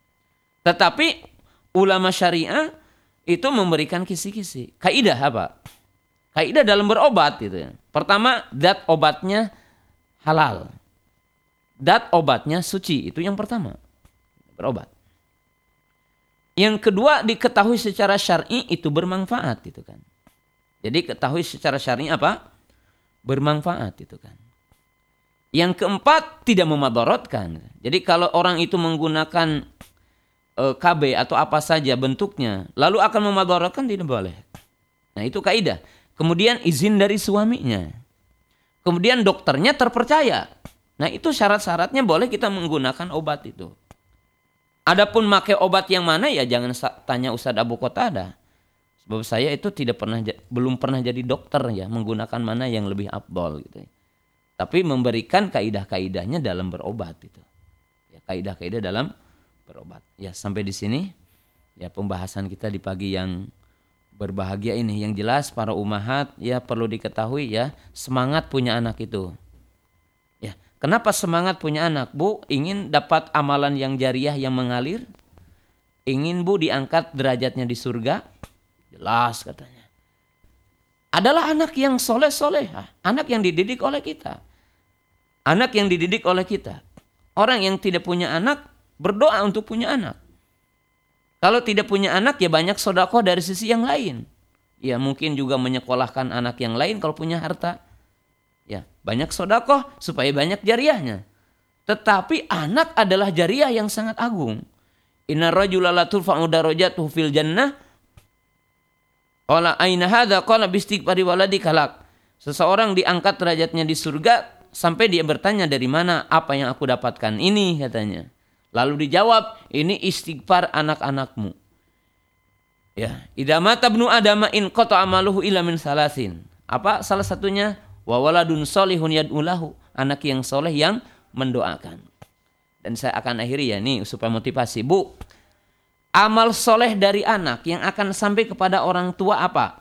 Tetapi ulama syariah itu memberikan kisi-kisi. Kaidah apa? Kaidah dalam berobat gitu ya. Pertama, zat obatnya halal. Zat obatnya suci, itu yang pertama. Berobat. Yang kedua, diketahui secara syar'i itu bermanfaat gitu kan. Jadi ketahui secara syar'i apa? Bermanfaat itu kan. Yang keempat, tidak memadorotkan. Jadi kalau orang itu menggunakan K B atau apa saja bentuknya, lalu akan memadorotkan, tidak boleh. Nah itu kaidah. Kemudian izin dari suaminya. Kemudian dokternya terpercaya. Nah itu syarat-syaratnya boleh kita menggunakan obat itu. Adapun pakai obat yang mana ya jangan tanya Ustadz Abu Qatadah. Sebab saya itu tidak pernah belum pernah jadi dokter ya, menggunakan mana yang lebih afdol gitu. Tapi memberikan kaidah-kaidahnya dalam berobat itu. Ya, kaidah-kaidah dalam berobat. Ya, sampai di sini ya pembahasan kita di pagi yang berbahagia ini. Yang jelas para ummahat ya perlu diketahui ya, semangat punya anak itu. Ya, kenapa semangat punya anak? Bu, ingin dapat amalan yang jariah yang mengalir? Ingin Bu diangkat derajatnya di surga? Jelas katanya. Adalah anak yang soleh-solehah, anak yang dididik oleh kita. Anak yang dididik oleh kita. Orang yang tidak punya anak berdoa untuk punya anak. Kalau tidak punya anak ya banyak sedekah dari sisi yang lain. Ya mungkin juga menyekolahkan anak yang lain kalau punya harta. Ya banyak sedekah supaya banyak jariahnya. Tetapi anak adalah jariah yang sangat agung. Inna rajula la turfa'u darajatuhu fil jannah. Qala aina hadza qala bistighfari waladi kalak. Seseorang diangkat derajatnya di surga sampai dia bertanya dari mana apa yang aku dapatkan ini katanya. Lalu dijawab, ini istighfar anak-anakmu. Ya, idza mata ibnu adama in qata amaluhu illa min salasin. Apa salah satunya? Wa waladun sholihun yad'ulahu, anak yang soleh yang mendoakan. Dan saya akan akhiri ya nih supaya motivasi. Bu, amal soleh dari anak yang akan sampai kepada orang tua apa?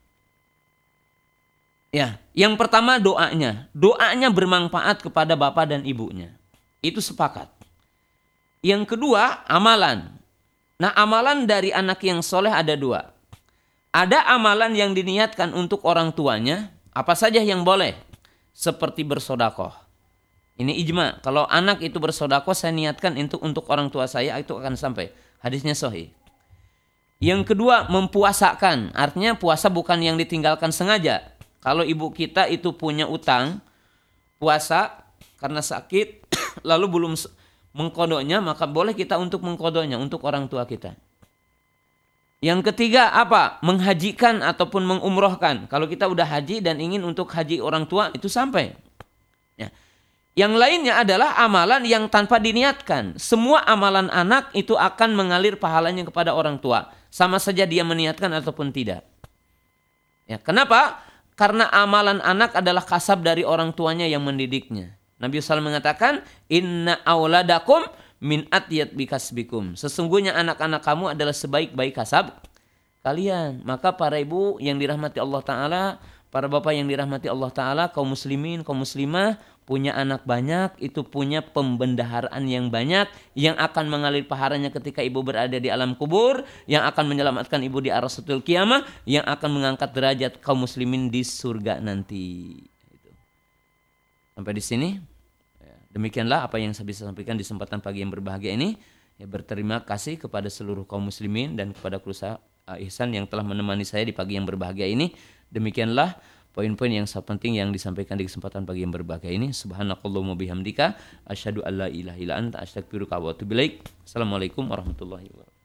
Ya, yang pertama doanya. Doanya bermanfaat kepada bapak dan ibunya. Itu sepakat. Yang kedua, amalan. Nah, amalan dari anak yang soleh ada dua. Ada amalan yang diniatkan untuk orang tuanya, apa saja yang boleh. Seperti bersodakoh. Ini ijma. Kalau anak itu bersodakoh, saya niatkan untuk untuk orang tua saya, itu akan sampai. Hadisnya sahih. Yang kedua, mempuasakan. Artinya puasa bukan yang ditinggalkan sengaja. Kalau ibu kita itu punya utang, puasa karena sakit, lalu belum mengkodoknya, maka boleh kita untuk mengkodoknya untuk orang tua kita. Yang ketiga apa? Menghajikan ataupun mengumrohkan. Kalau kita udah haji dan ingin untuk haji orang tua, itu sampai. Ya. Yang lainnya adalah amalan yang tanpa diniatkan. Semua amalan anak itu akan mengalir pahalanya kepada orang tua. Sama saja dia meniatkan ataupun tidak. Ya, kenapa? Karena amalan anak adalah kasab dari orang tuanya yang mendidiknya. Nabi shallallahu alaihi wasallam mengatakan, Inna awladakum min atyat bikasbikum. Sesungguhnya anak-anak kamu adalah sebaik-baik kasab kalian. Maka para ibu yang dirahmati Allah Ta'ala, para bapak yang dirahmati Allah Ta'ala, kaum muslimin, kaum muslimah, punya anak banyak, itu punya pembendaharaan yang banyak, yang akan mengalir pahalanya ketika ibu berada di alam kubur, yang akan menyelamatkan ibu di arasatul qiyamah, yang akan mengangkat derajat kaum muslimin di surga nanti. Sampai di sini. Demikianlah apa yang saya bisa sampaikan di kesempatan pagi yang berbahagia ini. Ya, berterima kasih kepada seluruh kaum muslimin dan kepada Keluarga Ihsan yang telah menemani saya di pagi yang berbahagia ini. Demikianlah poin-poin yang sangat penting yang disampaikan di kesempatan pagi yang berbahagia ini. Subhanakallahumma bihamdika asyhadu an la ilaha illa anta astaghfiruka wa atubu ilaik. Assalamualaikum warahmatullahi wabarakatuh.